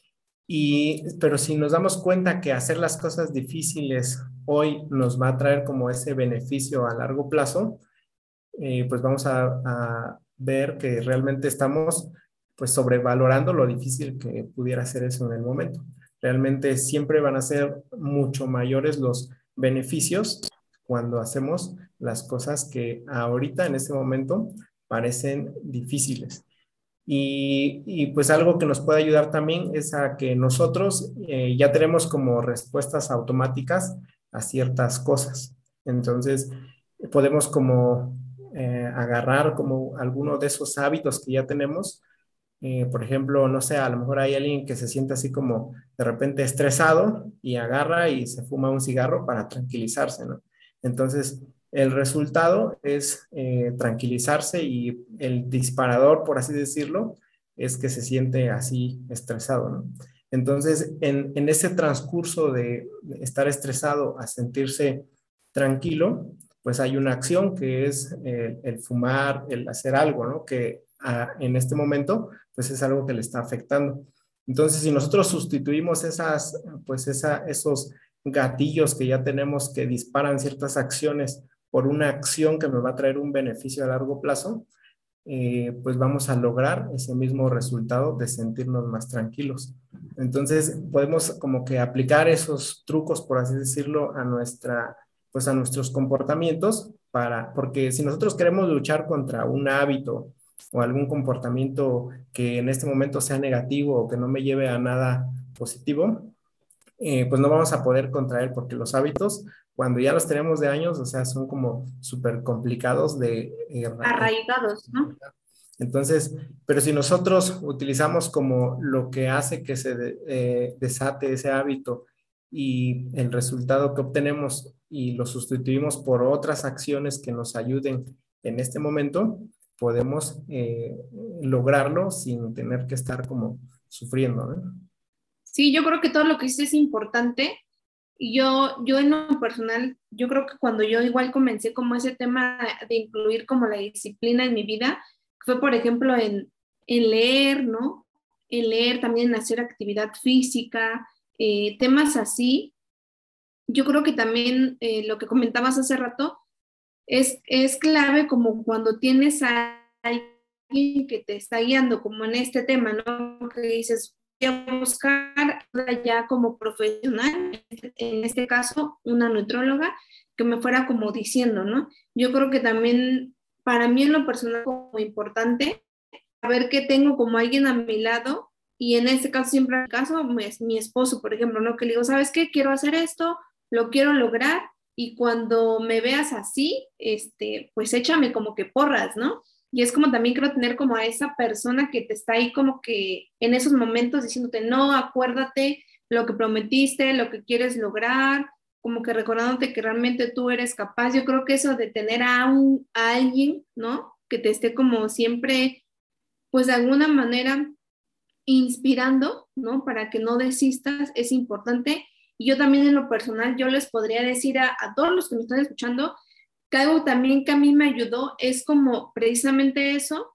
Y, pero si nos damos cuenta que hacer las cosas difíciles hoy nos va a traer como ese beneficio a largo plazo, eh, pues vamos a, a, ver que realmente estamos pues sobrevalorando lo difícil que pudiera ser eso en el momento. Realmente siempre van a ser mucho mayores los beneficios cuando hacemos las cosas que ahorita en este momento parecen difíciles. Y, y pues algo que nos puede ayudar también es a que nosotros eh, ya tenemos como respuestas automáticas a ciertas cosas. Entonces, podemos como eh, agarrar como alguno de esos hábitos que ya tenemos. Eh, por ejemplo, no sé, a lo mejor hay alguien que se siente así como de repente estresado y agarra y se fuma un cigarro para tranquilizarse, ¿no? Entonces, el resultado es eh, tranquilizarse y el disparador, por así decirlo, es que se siente así estresado, ¿no? Entonces, en, en ese transcurso de estar estresado a sentirse tranquilo, pues hay una acción que es eh, el fumar, el hacer algo, ¿no? Que ah, en este momento pues es algo que le está afectando. Entonces, si nosotros sustituimos esas, pues esa, esos gatillos que ya tenemos que disparan ciertas acciones por una acción que me va a traer un beneficio a largo plazo, eh, pues vamos a lograr ese mismo resultado de sentirnos más tranquilos. Entonces, podemos como que aplicar esos trucos, por así decirlo, a nuestra, pues a nuestros comportamientos para, porque si nosotros queremos luchar contra un hábito o algún comportamiento que en este momento sea negativo o que no me lleve a nada positivo, eh, pues no vamos a poder contraer porque los hábitos, cuando ya los tenemos de años, o sea, son como súper complicados de eh, Arraigados, ¿no? entonces, pero si nosotros utilizamos como lo que hace que se de- eh, desate ese hábito y el resultado que obtenemos y lo sustituimos por otras acciones que nos ayuden en este momento, podemos eh, lograrlo sin tener que estar como sufriendo, ¿no? Sí, yo creo que todo lo que dices es importante. Y yo, yo en lo personal, yo creo que cuando yo igual comencé como ese tema de incluir como la disciplina en mi vida, fue por ejemplo en, en leer, ¿no? En leer, también en hacer actividad física, eh, temas así. Yo creo que también eh, lo que comentabas hace rato es, es clave como cuando tienes a alguien que te está guiando, como en este tema, ¿no? Que dices, voy a buscar ayuda ya como profesional, en este caso una nutróloga, que me fuera como diciendo, ¿no? Yo creo que también para mí en lo personal como importante saber que tengo como alguien a mi lado y en este caso siempre en mi caso es mi esposo, por ejemplo, ¿no? Que le digo, ¿sabes qué? Quiero hacer esto, lo quiero lograr y cuando me veas así, este, pues échame como que porras, ¿no? Y es como también quiero tener como a esa persona que te está ahí como que en esos momentos diciéndote, no, acuérdate lo que prometiste, lo que quieres lograr, como que recordándote que realmente tú eres capaz. Yo creo que eso de tener a, un, a alguien, ¿no? Que te esté como siempre pues de alguna manera inspirando, ¿no? Para que no desistas, es importante. Y yo también en lo personal, yo les podría decir a, a todos los que me están escuchando, que algo también que a mí me ayudó es como precisamente eso,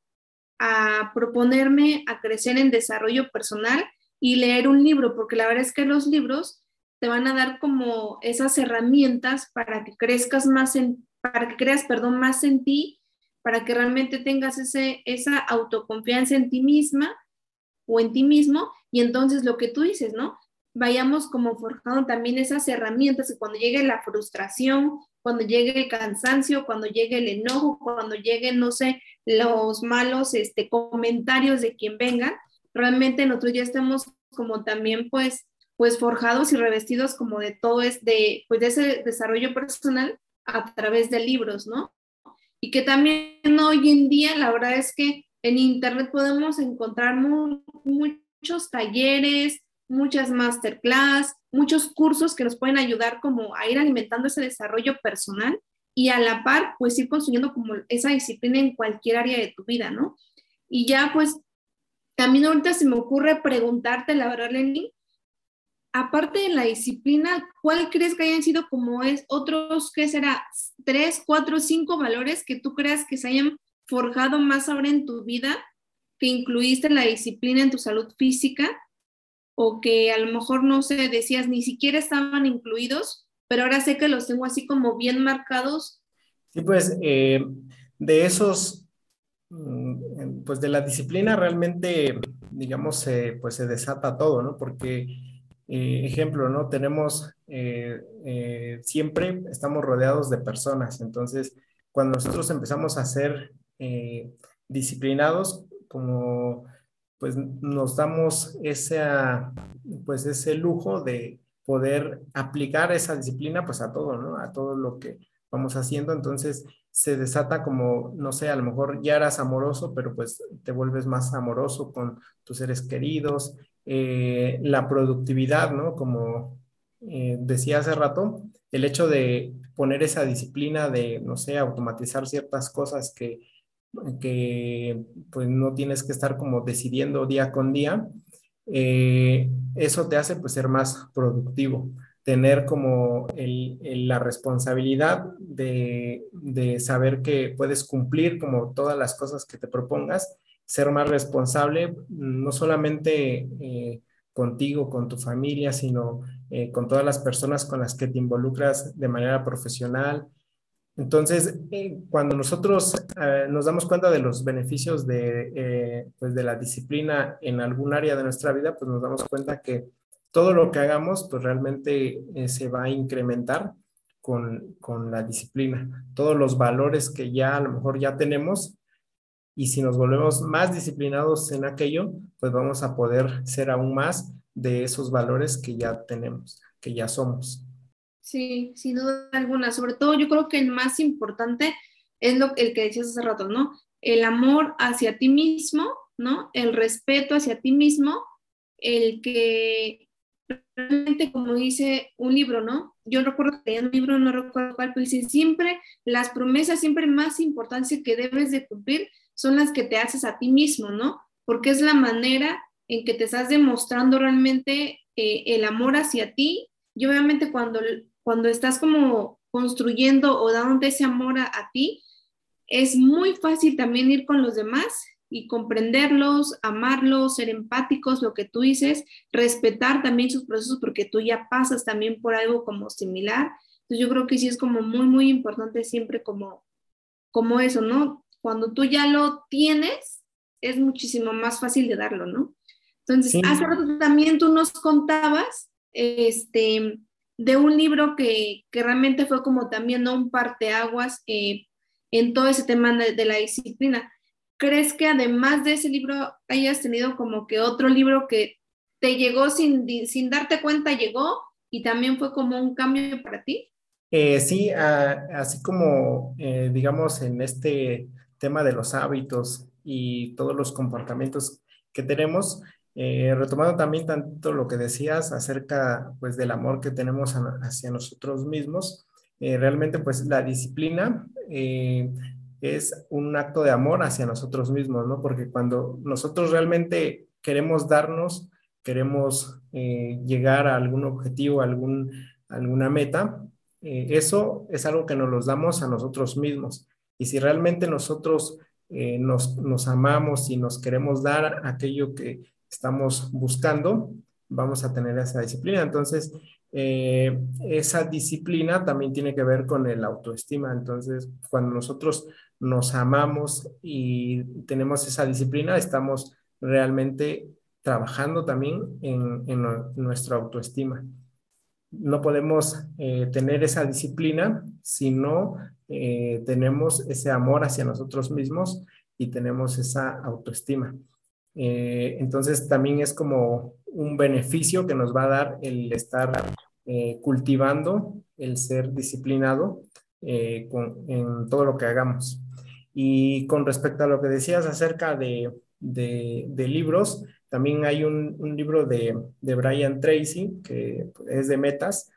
a proponerme a crecer en desarrollo personal y leer un libro, porque la verdad es que los libros te van a dar como esas herramientas para que crezcas más en, para que creas, perdón, más en ti, para que realmente tengas ese, esa autoconfianza en ti misma o en ti mismo, y entonces lo que tú dices, ¿no? Vayamos como forjando también esas herramientas que cuando llegue la frustración, cuando llegue el cansancio, cuando llegue el enojo, cuando lleguen, no sé, los malos este, comentarios de quien venga, realmente nosotros ya estemos como también pues, pues forjados y revestidos como de todo es de, pues de ese desarrollo personal a través de libros, ¿no? Y que también hoy en día la verdad es que en internet podemos encontrar mu muchos talleres, muchas masterclass, muchos cursos que nos pueden ayudar como a ir alimentando ese desarrollo personal y a la par pues ir construyendo como esa disciplina en cualquier área de tu vida, ¿no? Y ya pues también ahorita se me ocurre preguntarte, la verdad, Lenny, aparte de la disciplina, ¿cuál crees que hayan sido como es otros, qué será, tres, cuatro, cinco valores que tú creas que se hayan forjado más ahora en tu vida, que incluiste la disciplina en tu salud física o que a lo mejor no sé, decías ni siquiera estaban incluidos, pero ahora sé que los tengo así como bien marcados? Sí, pues eh, de esos, mm, pues de la disciplina realmente, digamos, eh, pues se desata todo, ¿no? Porque, eh, ejemplo, ¿no? Tenemos, eh, eh, siempre estamos rodeados de personas, entonces, cuando nosotros empezamos a ser eh, disciplinados, como pues nos damos esa, pues ese lujo de poder aplicar esa disciplina pues a todo, ¿no? A todo lo que vamos haciendo. Entonces se desata como, no sé, a lo mejor ya eras amoroso, pero pues te vuelves más amoroso con tus seres queridos. Eh, la productividad, ¿no? Como eh, decía hace rato, el hecho de poner esa disciplina de, no sé, automatizar ciertas cosas que, que pues no tienes que estar como decidiendo día con día, eh, eso te hace pues ser más productivo, tener como el, el- la responsabilidad de, de saber que puedes cumplir como todas las cosas que te propongas, ser más responsable, no solamente eh, contigo, con tu familia, sino eh, con todas las personas con las que te involucras de manera profesional. Entonces, eh, cuando nosotros eh, nos damos cuenta de los beneficios de, eh, pues de la disciplina en algún área de nuestra vida, pues nos damos cuenta que todo lo que hagamos, pues realmente eh, se va a incrementar con, con la disciplina. Todos los valores que ya a lo mejor ya tenemos, y si nos volvemos más disciplinados en aquello, pues vamos a poder ser aún más de esos valores que ya tenemos, que ya somos. Sí, sin duda alguna. Sobre todo yo creo que el más importante es lo, el que decías hace rato, ¿no? El amor hacia ti mismo, ¿no? El respeto hacia ti mismo, el que realmente, como dice un libro, ¿no? Yo recuerdo que leí un libro, no recuerdo cuál, pero dice, siempre las promesas, siempre más importancia que debes de cumplir son las que te haces a ti mismo, ¿no? Porque es la manera en que te estás demostrando realmente eh, el amor hacia ti. Y obviamente cuando, cuando estás como construyendo o dándote ese amor a, a ti, es muy fácil también ir con los demás y comprenderlos, amarlos, ser empáticos, lo que tú dices, respetar también sus procesos porque tú ya pasas también por algo como similar. Entonces yo creo que sí es como muy, muy importante siempre como, como eso, ¿no? Cuando tú ya lo tienes, es muchísimo más fácil de darlo, ¿no? Entonces, hace Sí, rato también tú nos contabas este, de un libro que, que realmente fue como también, ¿no? Un parteaguas eh, en todo ese tema de, de la disciplina. ¿Crees que además de ese libro hayas tenido como que otro libro que te llegó sin, sin darte cuenta, llegó y también fue como un cambio para ti? Eh, sí, a- así como, eh, digamos, en este tema de los hábitos y todos los comportamientos que tenemos, eh, retomando también tanto lo que decías acerca, pues, del amor que tenemos a- hacia nosotros mismos, eh, realmente, pues, la disciplina eh, es un acto de amor hacia nosotros mismos, ¿no? Porque cuando nosotros realmente queremos darnos, queremos eh, llegar a algún objetivo, algún, alguna meta, eh, eso es algo que nos los damos a nosotros mismos. Y si realmente nosotros eh, nos, nos amamos y nos queremos dar aquello que estamos buscando, vamos a tener esa disciplina. Entonces, eh, esa disciplina también tiene que ver con el autoestima. Entonces, cuando nosotros nos amamos y tenemos esa disciplina, estamos realmente trabajando también en, en nuestra autoestima. No podemos eh, tener esa disciplina si no eh, tenemos ese amor hacia nosotros mismos y tenemos esa autoestima. Eh, entonces también es como un beneficio que nos va a dar el estar eh, cultivando, el ser disciplinado eh, con, en todo lo que hagamos. Y con respecto a lo que decías acerca de, de, de libros, también hay un, un libro de, de Brian Tracy que es de metas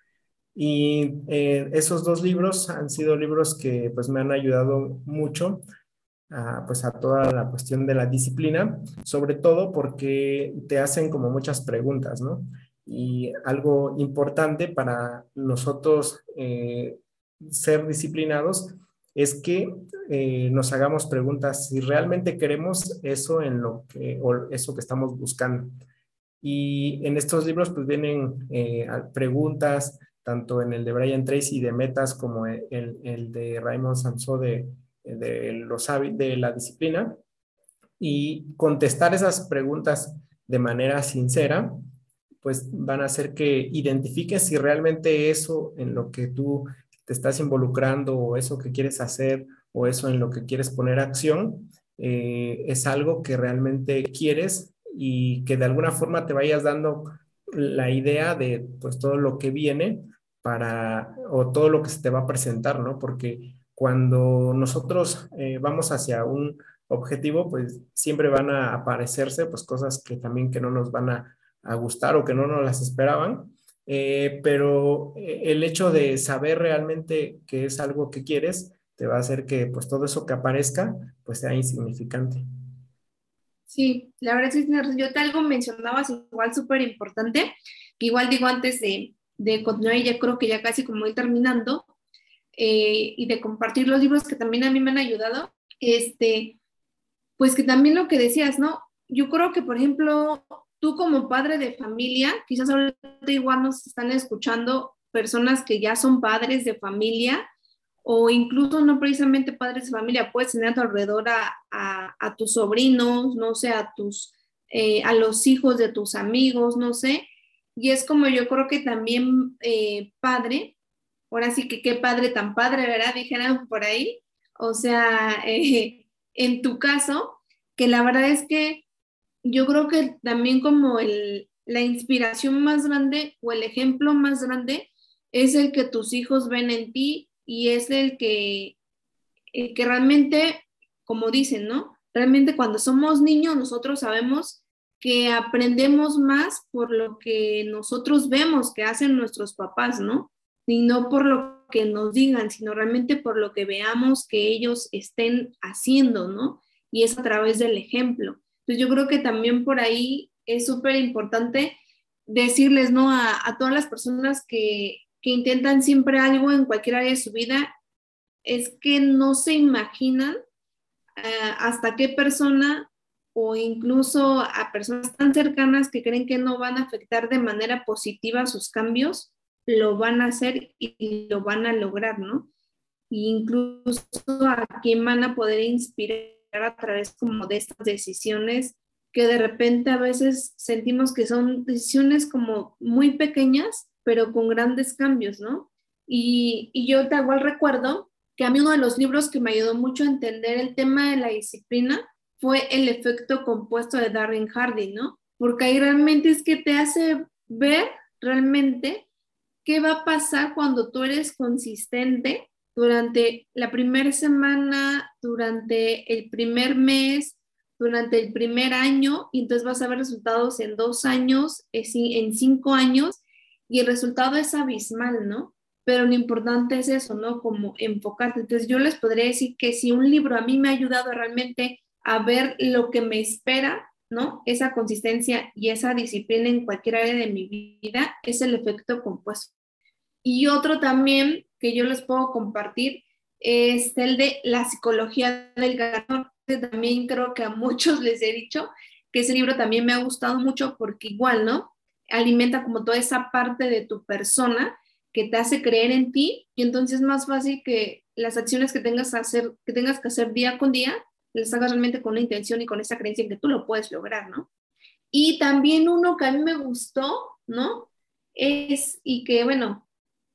y eh, esos dos libros han sido libros que pues me han ayudado mucho a, pues a toda la cuestión de la disciplina, sobre todo porque te hacen como muchas preguntas, ¿no? Y algo importante para nosotros eh, ser disciplinados es que eh, nos hagamos preguntas si realmente queremos eso en lo que, o eso que estamos buscando. Y en estos libros pues vienen eh, preguntas, tanto en el de Brian Tracy de metas como el, el de Raymond Samson de, de, los, de la disciplina. Y contestar esas preguntas de manera sincera, pues van a hacer que identifiques si realmente eso en lo que tú te estás involucrando o eso que quieres hacer o eso en lo que quieres poner acción, eh, es algo que realmente quieres y que de alguna forma te vayas dando la idea de pues todo lo que viene para, o todo lo que se te va a presentar, ¿no? Porque cuando nosotros eh, vamos hacia un objetivo, pues siempre van a aparecerse pues cosas que también que no nos van a, a gustar o que no nos las esperaban. Eh, pero eh, el hecho de saber realmente que es algo que quieres, te va a hacer que pues todo eso que aparezca pues sea insignificante. Sí, la verdad es que yo te algo mencionabas igual súper importante, que igual digo antes de, de continuar y ya creo que ya casi como ir terminando, eh, y de compartir los libros que también a mí me han ayudado, este, pues que también lo que decías, ¿no? Yo creo que, por ejemplo, tú como padre de familia, quizás ahorita igual nos están escuchando personas que ya son padres de familia o incluso no precisamente padres de familia, puedes tener a tu alrededor a, a, a tus sobrinos, no sé, a tus, eh, a los hijos de tus amigos, no sé, y es como yo creo que también eh, padre, ahora sí que qué padre tan padre, ¿verdad? Dijeran por ahí, o sea, eh, en tu caso, que la verdad es que yo creo que también como el, la inspiración más grande o el ejemplo más grande es el que tus hijos ven en ti y es el que, el que realmente, como dicen, ¿no? Realmente cuando somos niños nosotros sabemos que aprendemos más por lo que nosotros vemos que hacen nuestros papás, ¿no? Y no por lo que nos digan, sino realmente por lo que veamos que ellos estén haciendo, ¿no? Y es a través del ejemplo. Entonces yo creo que también por ahí es súper importante decirles, ¿no? A, a todas las personas que, que intentan siempre algo en cualquier área de su vida, es que no se imaginan uh, hasta qué persona o incluso a personas tan cercanas que creen que no van a afectar de manera positiva sus cambios, lo van a hacer y lo van a lograr, ¿no? E incluso a quién van a poder inspirar a través como de estas decisiones que de repente a veces sentimos que son decisiones como muy pequeñas, pero con grandes cambios, ¿no? Y, y yo tal cual recuerdo que a mí uno de los libros que me ayudó mucho a entender el tema de la disciplina fue El efecto compuesto de Darren Hardy, ¿no? Porque ahí realmente es que te hace ver realmente qué va a pasar cuando tú eres consistente durante la primera semana, durante el primer mes, durante el primer año, y entonces vas a ver resultados en dos años, en cinco años, y el resultado es abismal, ¿no? Pero lo importante es eso, ¿no? Como enfocarte. Entonces yo les podría decir que si un libro a mí me ha ayudado realmente a ver lo que me espera, ¿no? Esa consistencia y esa disciplina en cualquier área de mi vida es el efecto compuesto. Y otro también que yo les puedo compartir es el de la psicología del ganador. También creo que a muchos les he dicho que ese libro también me ha gustado mucho porque igual, ¿no? Alimenta como toda esa parte de tu persona que te hace creer en ti y entonces es más fácil que las acciones que tengas, que hacer, que tengas que hacer día con día las hagas realmente con la intención y con esa creencia en que tú lo puedes lograr, ¿no? Y también uno que a mí me gustó, ¿no? Es, y que bueno,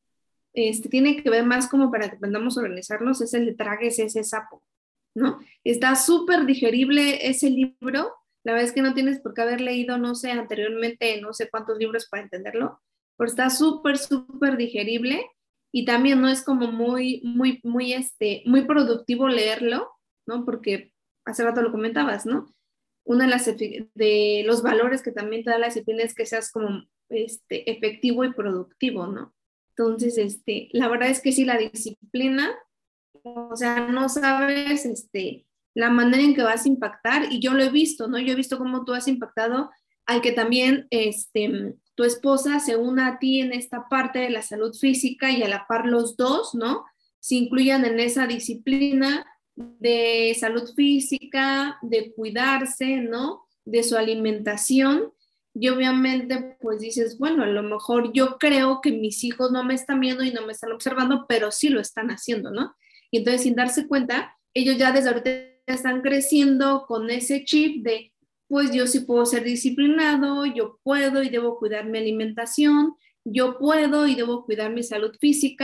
este, tiene que ver más como para que aprendamos a organizarnos, es el de Tragues ese sapo, ¿no? Está súper digerible ese libro, la verdad es que no tienes por qué haber leído, no sé, anteriormente no sé cuántos libros para entenderlo, pero está súper, súper digerible y también no es como muy, muy, muy, este, muy productivo leerlo, ¿no? Porque hace rato lo comentabas, ¿no? Uno de, las, de los valores que también te da la disciplina es que seas como este, efectivo y productivo, ¿no? Entonces, este, la verdad es que sí, la disciplina, o sea, no sabes este, la manera en que vas a impactar, y yo lo he visto, ¿no? Yo he visto cómo tú has impactado al que también este, tu esposa se una a ti en esta parte de la salud física y a la par los dos, ¿no? Se incluyan en esa disciplina de salud física, de cuidarse, ¿no? De su alimentación. Y obviamente pues dices, bueno, a lo mejor yo creo que mis hijos no me están viendo y no me están observando, pero sí lo están haciendo, ¿no? Y entonces sin darse cuenta, ellos ya desde ahorita están creciendo con ese chip de, pues yo sí puedo ser disciplinado, yo puedo y debo cuidar mi alimentación, yo puedo y debo cuidar mi salud física,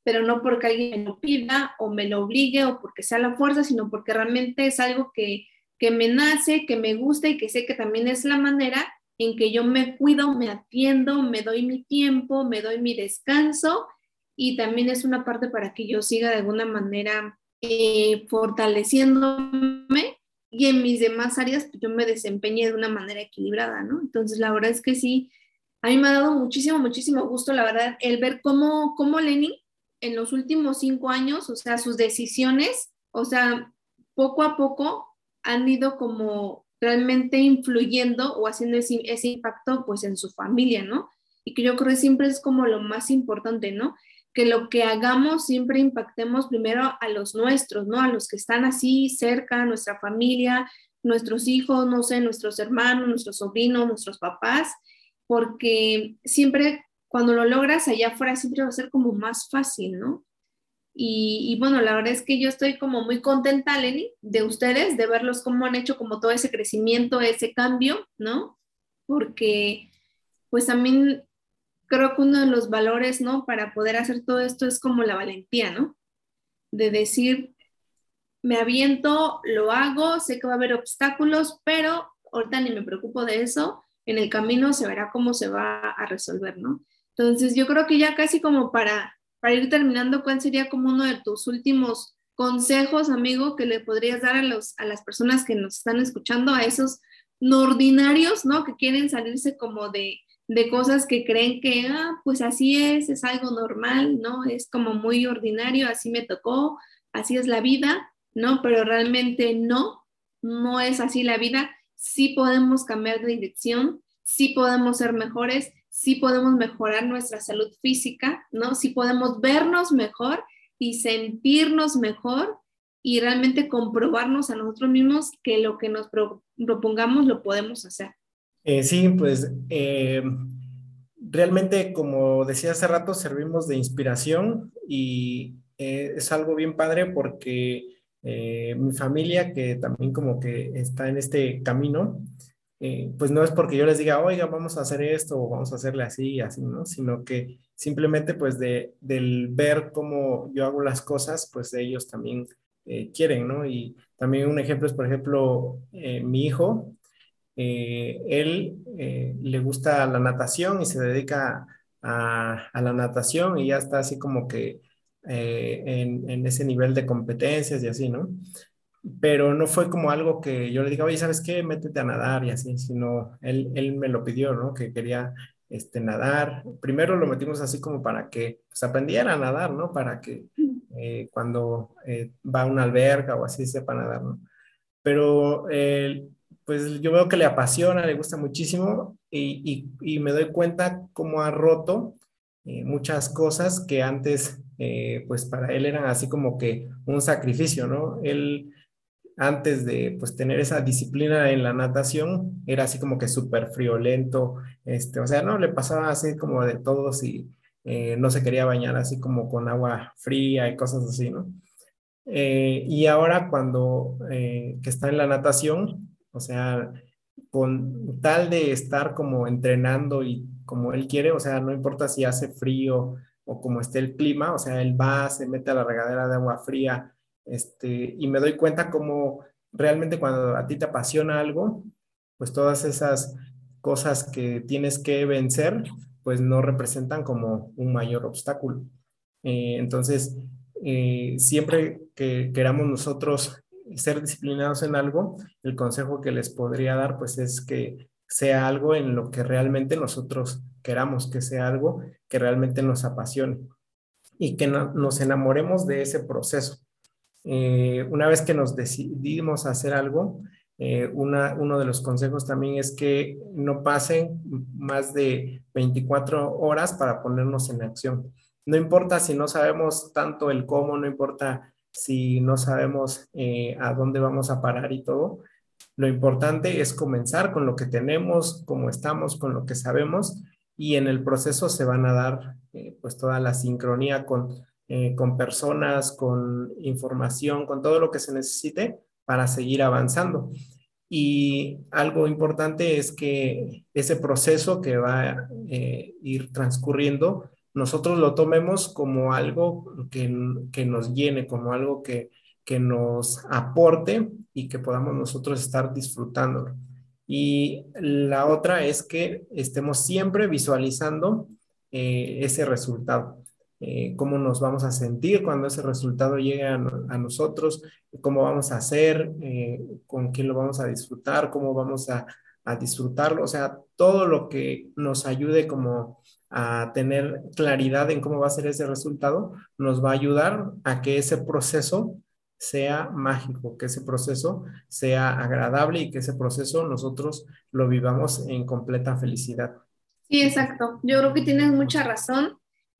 pero no porque alguien me lo pida o me lo obligue o porque sea la fuerza, sino porque realmente es algo que, que me nace, que me gusta y que sé que también es la manera en que yo me cuido, me atiendo, me doy mi tiempo, me doy mi descanso y también es una parte para que yo siga de alguna manera eh, fortaleciéndome y en mis demás áreas pues, yo me desempeñe de una manera equilibrada, ¿no? Entonces la verdad es que sí, a mí me ha dado muchísimo, muchísimo gusto, la verdad, el ver cómo, cómo Lenny en los últimos cinco años, o sea, sus decisiones, o sea, poco a poco han ido como realmente influyendo o haciendo ese, ese impacto pues en su familia, ¿no? Y que yo creo que siempre es como lo más importante, ¿no? Que lo que hagamos siempre impactemos primero a los nuestros, ¿no? A los que están así cerca, nuestra familia, nuestros hijos, no sé, nuestros hermanos, nuestros sobrinos, nuestros papás, porque siempre cuando lo logras allá afuera siempre va a ser como más fácil, ¿no? Y, y, bueno, la verdad es que yo estoy como muy contenta, Lenny, de ustedes, de verlos cómo han hecho como todo ese crecimiento, ese cambio, ¿no? Porque pues también creo que uno de los valores, ¿no? Para poder hacer todo esto es como la valentía, ¿no? De decir, me aviento, lo hago, sé que va a haber obstáculos, pero ahorita ni me preocupo de eso, en el camino se verá cómo se va a resolver, ¿no? Entonces yo creo que ya casi como para, para ir terminando, ¿cuál sería como uno de tus últimos consejos, amigo, que le podrías dar a, los, a las personas que nos están escuchando, a esos no ordinarios, ¿no? Que quieren salirse como de, de cosas que creen que, ah, pues así es, es algo normal, ¿no? Es como muy ordinario, así me tocó, así es la vida, ¿no? Pero realmente no, no es así la vida. Sí podemos cambiar de dirección, sí podemos ser mejores, sí podemos mejorar nuestra salud física, ¿no? Sí podemos vernos mejor y sentirnos mejor y realmente comprobarnos a nosotros mismos que lo que nos pro- propongamos lo podemos hacer. Eh, sí, pues eh, realmente, como decía hace rato, servimos de inspiración y eh, es algo bien padre porque eh, mi familia, que también como que está en este camino, eh, pues no es porque yo les diga, oiga, vamos a hacer esto o vamos a hacerle así y así, ¿no? Sino que simplemente pues de, del ver cómo yo hago las cosas, pues ellos también eh, quieren, ¿no? Y también un ejemplo es, por ejemplo, eh, mi hijo. Eh, él eh, le gusta la natación y se dedica a, a la natación y ya está así como que eh, en, en ese nivel de competencias y así, ¿no? Pero no fue como algo que yo le diga, oye, ¿sabes qué? Métete a nadar y así, sino él, él me lo pidió, ¿no? Que quería este, nadar. Primero lo metimos así como para que pues, aprendiera a nadar, ¿no? Para que eh, cuando eh, va a una alberca o así sepa nadar, ¿no? Pero eh, pues yo veo que le apasiona, le gusta muchísimo y, y- y me doy cuenta cómo ha roto eh, muchas cosas que antes eh, pues para él eran así como que un sacrificio, ¿no? Él antes de pues tener esa disciplina en la natación era así como que súper friolento, este, o sea, no, le pasaba así como de todos y eh, no se quería bañar así como con agua fría y cosas así, ¿no? Eh, y ahora cuando eh, que está en la natación, o sea, con tal de estar como entrenando y como él quiere, o sea, no importa si hace frío o como esté el clima, o sea, él va, se mete a la regadera de agua fría, este, y me doy cuenta como realmente cuando a ti te apasiona algo, pues todas esas cosas que tienes que vencer, pues no representan como un mayor obstáculo. Eh, entonces, eh, siempre que queramos nosotros ser disciplinados en algo, el consejo que les podría dar pues es que sea algo en lo que realmente nosotros queramos, que sea algo que realmente nos apasione y que no- nos enamoremos de ese proceso. Eh, una vez que nos decidimos a hacer algo, eh, una, uno de los consejos también es que no pasen más de veinticuatro horas para ponernos en acción. No importa si no sabemos tanto el cómo, no importa si no sabemos eh, a dónde vamos a parar y todo. Lo importante es comenzar con lo que tenemos, cómo estamos, con lo que sabemos y en el proceso se van a dar eh, pues toda la sincronía con eh, con personas, con información, con todo lo que se necesite para seguir avanzando. Y algo importante es que ese proceso que va a eh, ir transcurriendo, nosotros lo tomemos como algo que, que nos llene, como algo que, que nos aporte y que podamos nosotros estar disfrutándolo. Y la otra es que estemos siempre visualizando eh, ese resultado, eh, cómo nos vamos a sentir cuando ese resultado llegue a, a nosotros, cómo vamos a hacer, eh, con quién lo vamos a disfrutar, cómo vamos a, a disfrutarlo, o sea, todo lo que nos ayude como a tener claridad en cómo va a ser ese resultado, nos va a ayudar a que ese proceso sea mágico, que ese proceso sea agradable y que ese proceso nosotros lo vivamos en completa felicidad. Sí, exacto. Yo creo que tienes mucha razón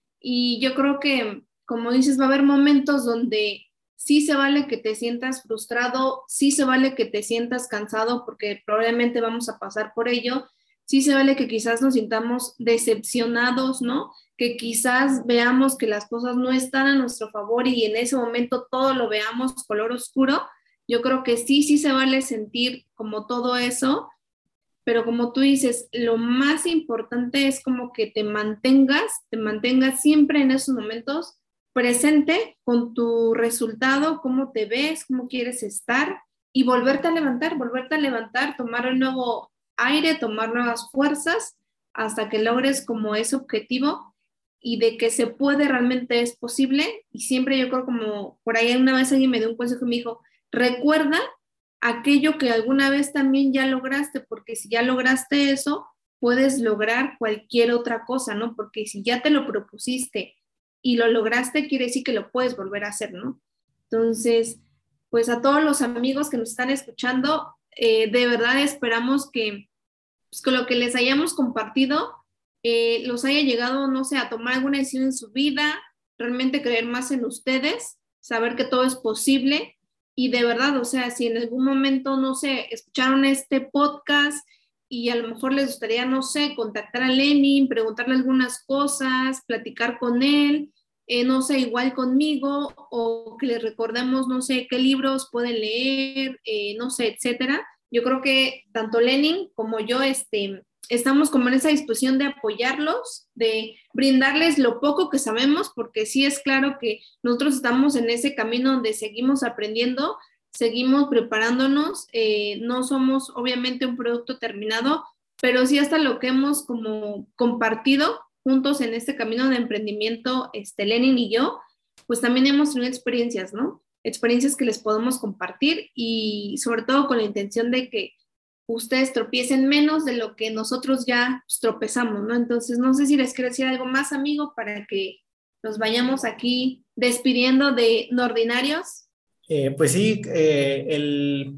y yo creo que, como dices, va a haber momentos donde sí se vale que te sientas frustrado, sí se vale que te sientas cansado porque probablemente vamos a pasar por ello, sí se vale que quizás nos sintamos decepcionados, ¿no? Que quizás veamos que las cosas no están a nuestro favor y en ese momento todo lo veamos color oscuro. Yo creo que sí, sí se vale sentir como todo eso, pero como tú dices, lo más importante es como que te mantengas, te mantengas siempre en esos momentos presente con tu resultado, cómo te ves, cómo quieres estar y volverte a levantar, volverte a levantar, tomar un nuevo aire, tomar nuevas fuerzas hasta que logres como ese objetivo y de que se puede realmente es posible. Y siempre yo creo como por ahí una vez alguien me dio un consejo y me dijo, recuerda aquello que alguna vez también ya lograste, porque si ya lograste eso, puedes lograr cualquier otra cosa, ¿no? Porque si ya te lo propusiste y lo lograste, quiere decir que lo puedes volver a hacer, ¿no? Entonces, pues a todos los amigos que nos están escuchando, eh, de verdad esperamos que, pues, con lo que les hayamos compartido, eh, los haya llegado, no sé, a tomar alguna decisión en su vida, realmente creer más en ustedes, saber que todo es posible. Y de verdad, o sea, si en algún momento, no sé, escucharon este podcast y a lo mejor les gustaría, no sé, contactar a Lenin, preguntarle algunas cosas, platicar con él, eh, no sé, igual conmigo, o que les recordemos, no sé, qué libros pueden leer, eh, no sé, etcétera. Yo creo que tanto Lenin como yo, este, estamos como en esa disposición de apoyarlos, de brindarles lo poco que sabemos, porque sí es claro que nosotros estamos en ese camino donde seguimos aprendiendo, seguimos preparándonos, eh, no somos obviamente un producto terminado, pero sí hasta lo que hemos como compartido juntos en este camino de emprendimiento, este, Lenin y yo, pues también hemos tenido experiencias, ¿no? Experiencias que les podemos compartir y sobre todo con la intención de que ustedes tropiecen menos de lo que nosotros ya pues, tropezamos, ¿no? Entonces, no sé si les quiero decir algo más, amigo, para que nos vayamos aquí despidiendo de No Ordinarios. Eh, pues sí, eh, el,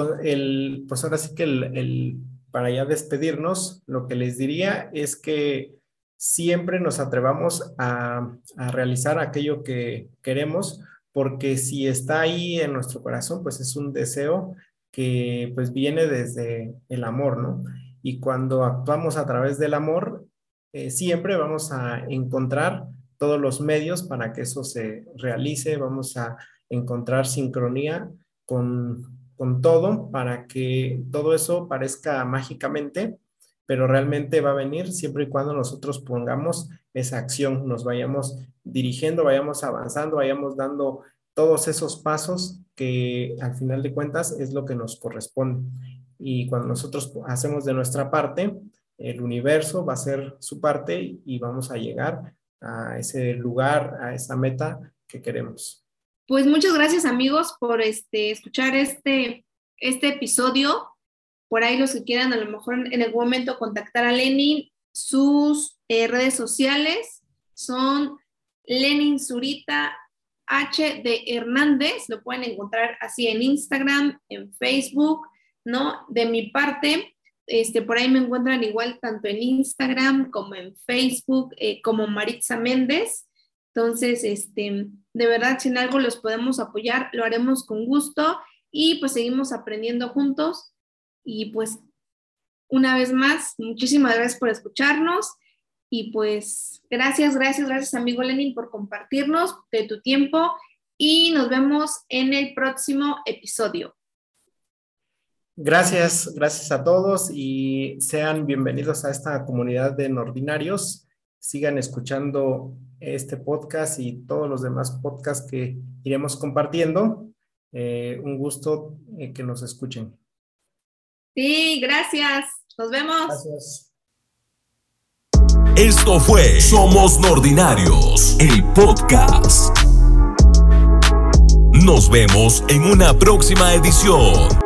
el, pues ahora sí que el, el, para ya despedirnos, lo que les diría es que siempre nos atrevamos a, a realizar aquello que queremos, porque si está ahí en nuestro corazón, pues es un deseo que pues viene desde el amor, ¿no? Y cuando actuamos a través del amor, eh, siempre vamos a encontrar todos los medios para que eso se realice, vamos a encontrar sincronía con, con todo para que todo eso parezca mágicamente, pero realmente va a venir siempre y cuando nosotros pongamos esa acción, nos vayamos dirigiendo, vayamos avanzando, vayamos dando todos esos pasos que al final de cuentas es lo que nos corresponde. Y cuando nosotros hacemos de nuestra parte, el universo va a hacer su parte y vamos a llegar a ese lugar, a esa meta que queremos. Pues muchas gracias, amigos, por este, escuchar este, este episodio. Por ahí los que quieran a lo mejor en algún momento contactar a Lenin, sus eh, redes sociales son Lenin Zurita H de Hernández, lo pueden encontrar así en Instagram, en Facebook, ¿no? De mi parte, este, por ahí me encuentran igual tanto en Instagram como en Facebook, eh, como Maritza Méndez. Entonces, este, de verdad, si en algo los podemos apoyar, lo haremos con gusto y pues seguimos aprendiendo juntos. Y pues, una vez más, muchísimas gracias por escucharnos y pues gracias, gracias, gracias amigo Lenin por compartirnos de tu tiempo y nos vemos en el próximo episodio. Gracias, gracias a todos y sean bienvenidos a esta comunidad de No Ordinarios. sigan escuchando este podcast y todos los demás podcasts que iremos compartiendo. Eh, un gusto eh, que nos escuchen. Sí, gracias. Nos vemos. Gracias. Esto fue Somos Nordinarios, el podcast. Nos vemos en una próxima edición.